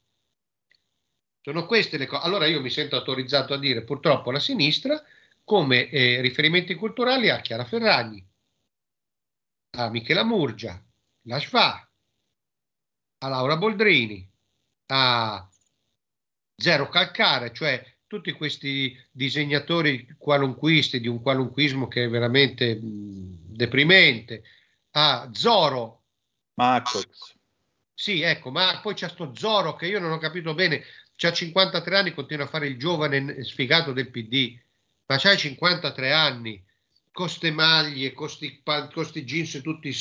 Sono queste le cose. Allora io mi sento autorizzato a dire, purtroppo la sinistra, come riferimenti culturali a Chiara Ferragni, a Michela Murgia, la Schwa, a Laura Boldrini, a Zero Calcare, cioè tutti questi disegnatori qualunquisti di un qualunquismo che è veramente deprimente, a Zoro. Marcox. Sì, ecco, ma poi c'è sto Zoro che io non ho capito bene, c'ha 53 anni, continua a fare il giovane sfigato del PD, ma c'hai 53 anni, con ste maglie, con sti jeans tutti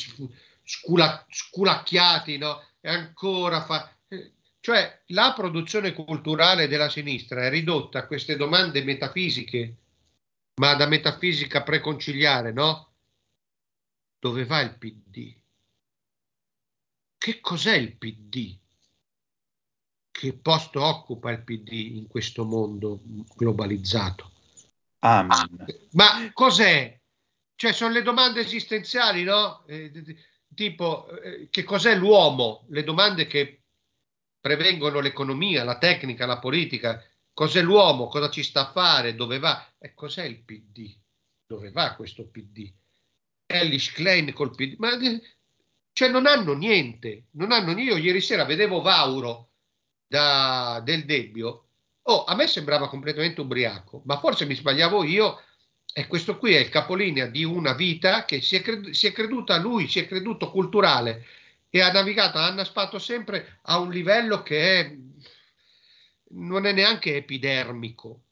sculacchiati, no? E ancora fa... Cioè, la produzione culturale della sinistra è ridotta a queste domande metafisiche, ma da metafisica preconciliare, no? Dove va il PD? Che cos'è il PD? Che posto occupa il PD in questo mondo globalizzato? Amen. Ma cos'è? Cioè, sono le domande esistenziali, no? Tipo, che cos'è l'uomo? Le domande che prevengono l'economia, la tecnica, la politica. Cos'è l'uomo? Cosa ci sta a fare? Dove va? E cos'è il PD? Dove va questo PD? Ellis Klein col PD? Ma cioè non hanno niente. Io ieri sera vedevo Vauro del Debbio. Oh, a me sembrava completamente ubriaco, ma forse mi sbagliavo io. E questo qui è il capolinea di una vita che si è creduto culturale e ha navigato, ha annaspato sempre a un livello che non è neanche epidermico.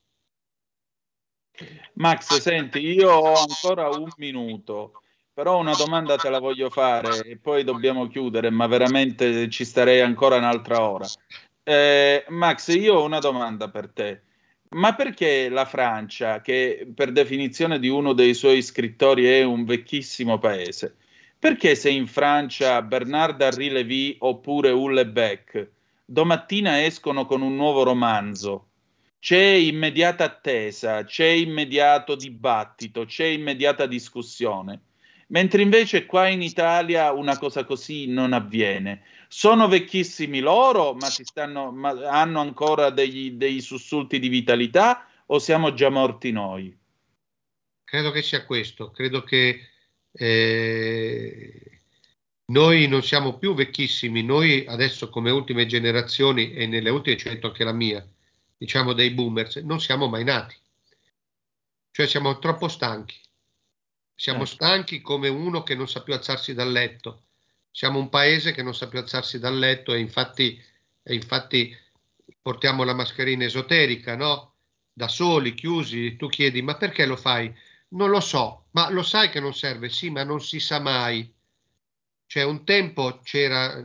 Max, senti, io ho ancora un minuto, però una domanda te la voglio fare e poi dobbiamo chiudere, ma veramente ci starei ancora un'altra ora. Max, io ho una domanda per te. Ma perché la Francia, che per definizione di uno dei suoi scrittori è un vecchissimo paese, perché se in Francia Bernard-Henri Lévy oppure Houellebecq domattina escono con un nuovo romanzo, c'è immediata attesa, c'è immediato dibattito, c'è immediata discussione, mentre invece qua in Italia una cosa così non avviene? Sono vecchissimi loro, ma hanno ancora dei sussulti di vitalità o siamo già morti noi? Credo che sia questo, credo che noi non siamo più vecchissimi, noi adesso come ultime generazioni e nelle ultime scelto anche la mia, diciamo dei boomers, non siamo mai nati, cioè siamo troppo stanchi, siamo stanchi come uno che non sa più alzarsi dal letto, siamo un paese che non sa più alzarsi dal letto e infatti portiamo la mascherina esoterica, no? Da soli, chiusi, tu chiedi ma perché lo fai? Non lo so, ma lo sai che non serve? Sì, ma non si sa mai. Cioè un tempo c'era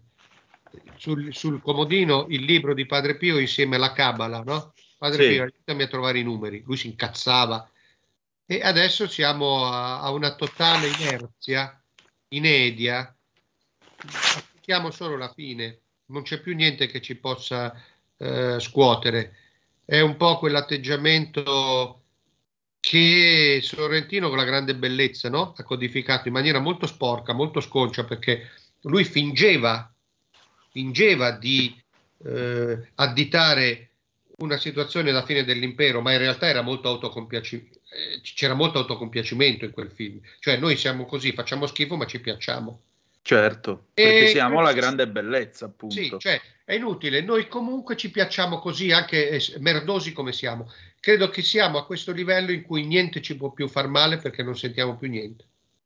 sul comodino il libro di Padre Pio insieme alla Cabala, no? Padre Pio, aiutami a trovare i numeri, lui si incazzava. E adesso siamo a una totale inerzia, inedia, aspettiamo solo la fine, non c'è più niente che ci possa scuotere. È un po' quell'atteggiamento che Sorrentino, con la grande bellezza, no? Ha codificato in maniera molto sporca, molto sconcia, perché lui fingeva di additare una situazione da fine dell'impero, ma in realtà era molto c'era molto autocompiacimento in quel film. Cioè noi siamo così, facciamo schifo ma ci piacciamo. Certo, perché siamo la grande bellezza, appunto. Sì, cioè è inutile, noi comunque ci piacciamo così, anche merdosi come siamo. Credo che siamo a questo livello in cui niente ci può più far male perché non sentiamo più niente.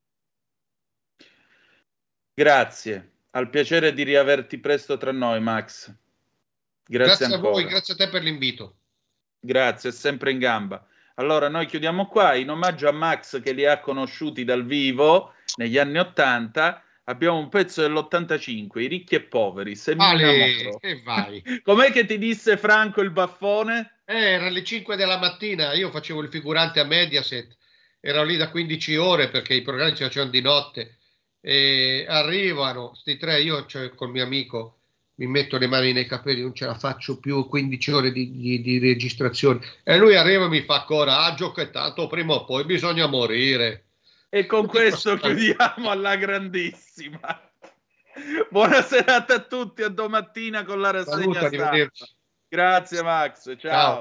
Grazie, al piacere di riaverti presto tra noi, Max. Grazie a ancora. voi, grazie a te per l'invito. Grazie, è sempre in gamba. Allora, noi chiudiamo qua, in omaggio a Max che li ha conosciuti dal vivo negli anni '80, abbiamo un pezzo dell'85, I ricchi e poveri, Se mi innamoro. E vai. Com'è che ti disse Franco il baffone? Era alle 5 della mattina, io facevo il figurante a Mediaset, ero lì da 15 ore perché i programmi si facevano di notte, e arrivano sti tre, io col mio amico mi metto le mani nei capelli, non ce la faccio più, 15 ore di registrazione, e lui arriva e mi fa coraggio che tanto prima o poi bisogna morire. E con questo chiudiamo alla grandissima. Buona serata a tutti, a domattina con la rassegna stampa. Grazie Max, ciao.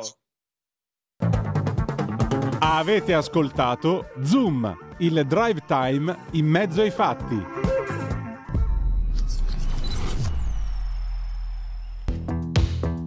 Avete ascoltato Zoom, il drive time in mezzo ai fatti.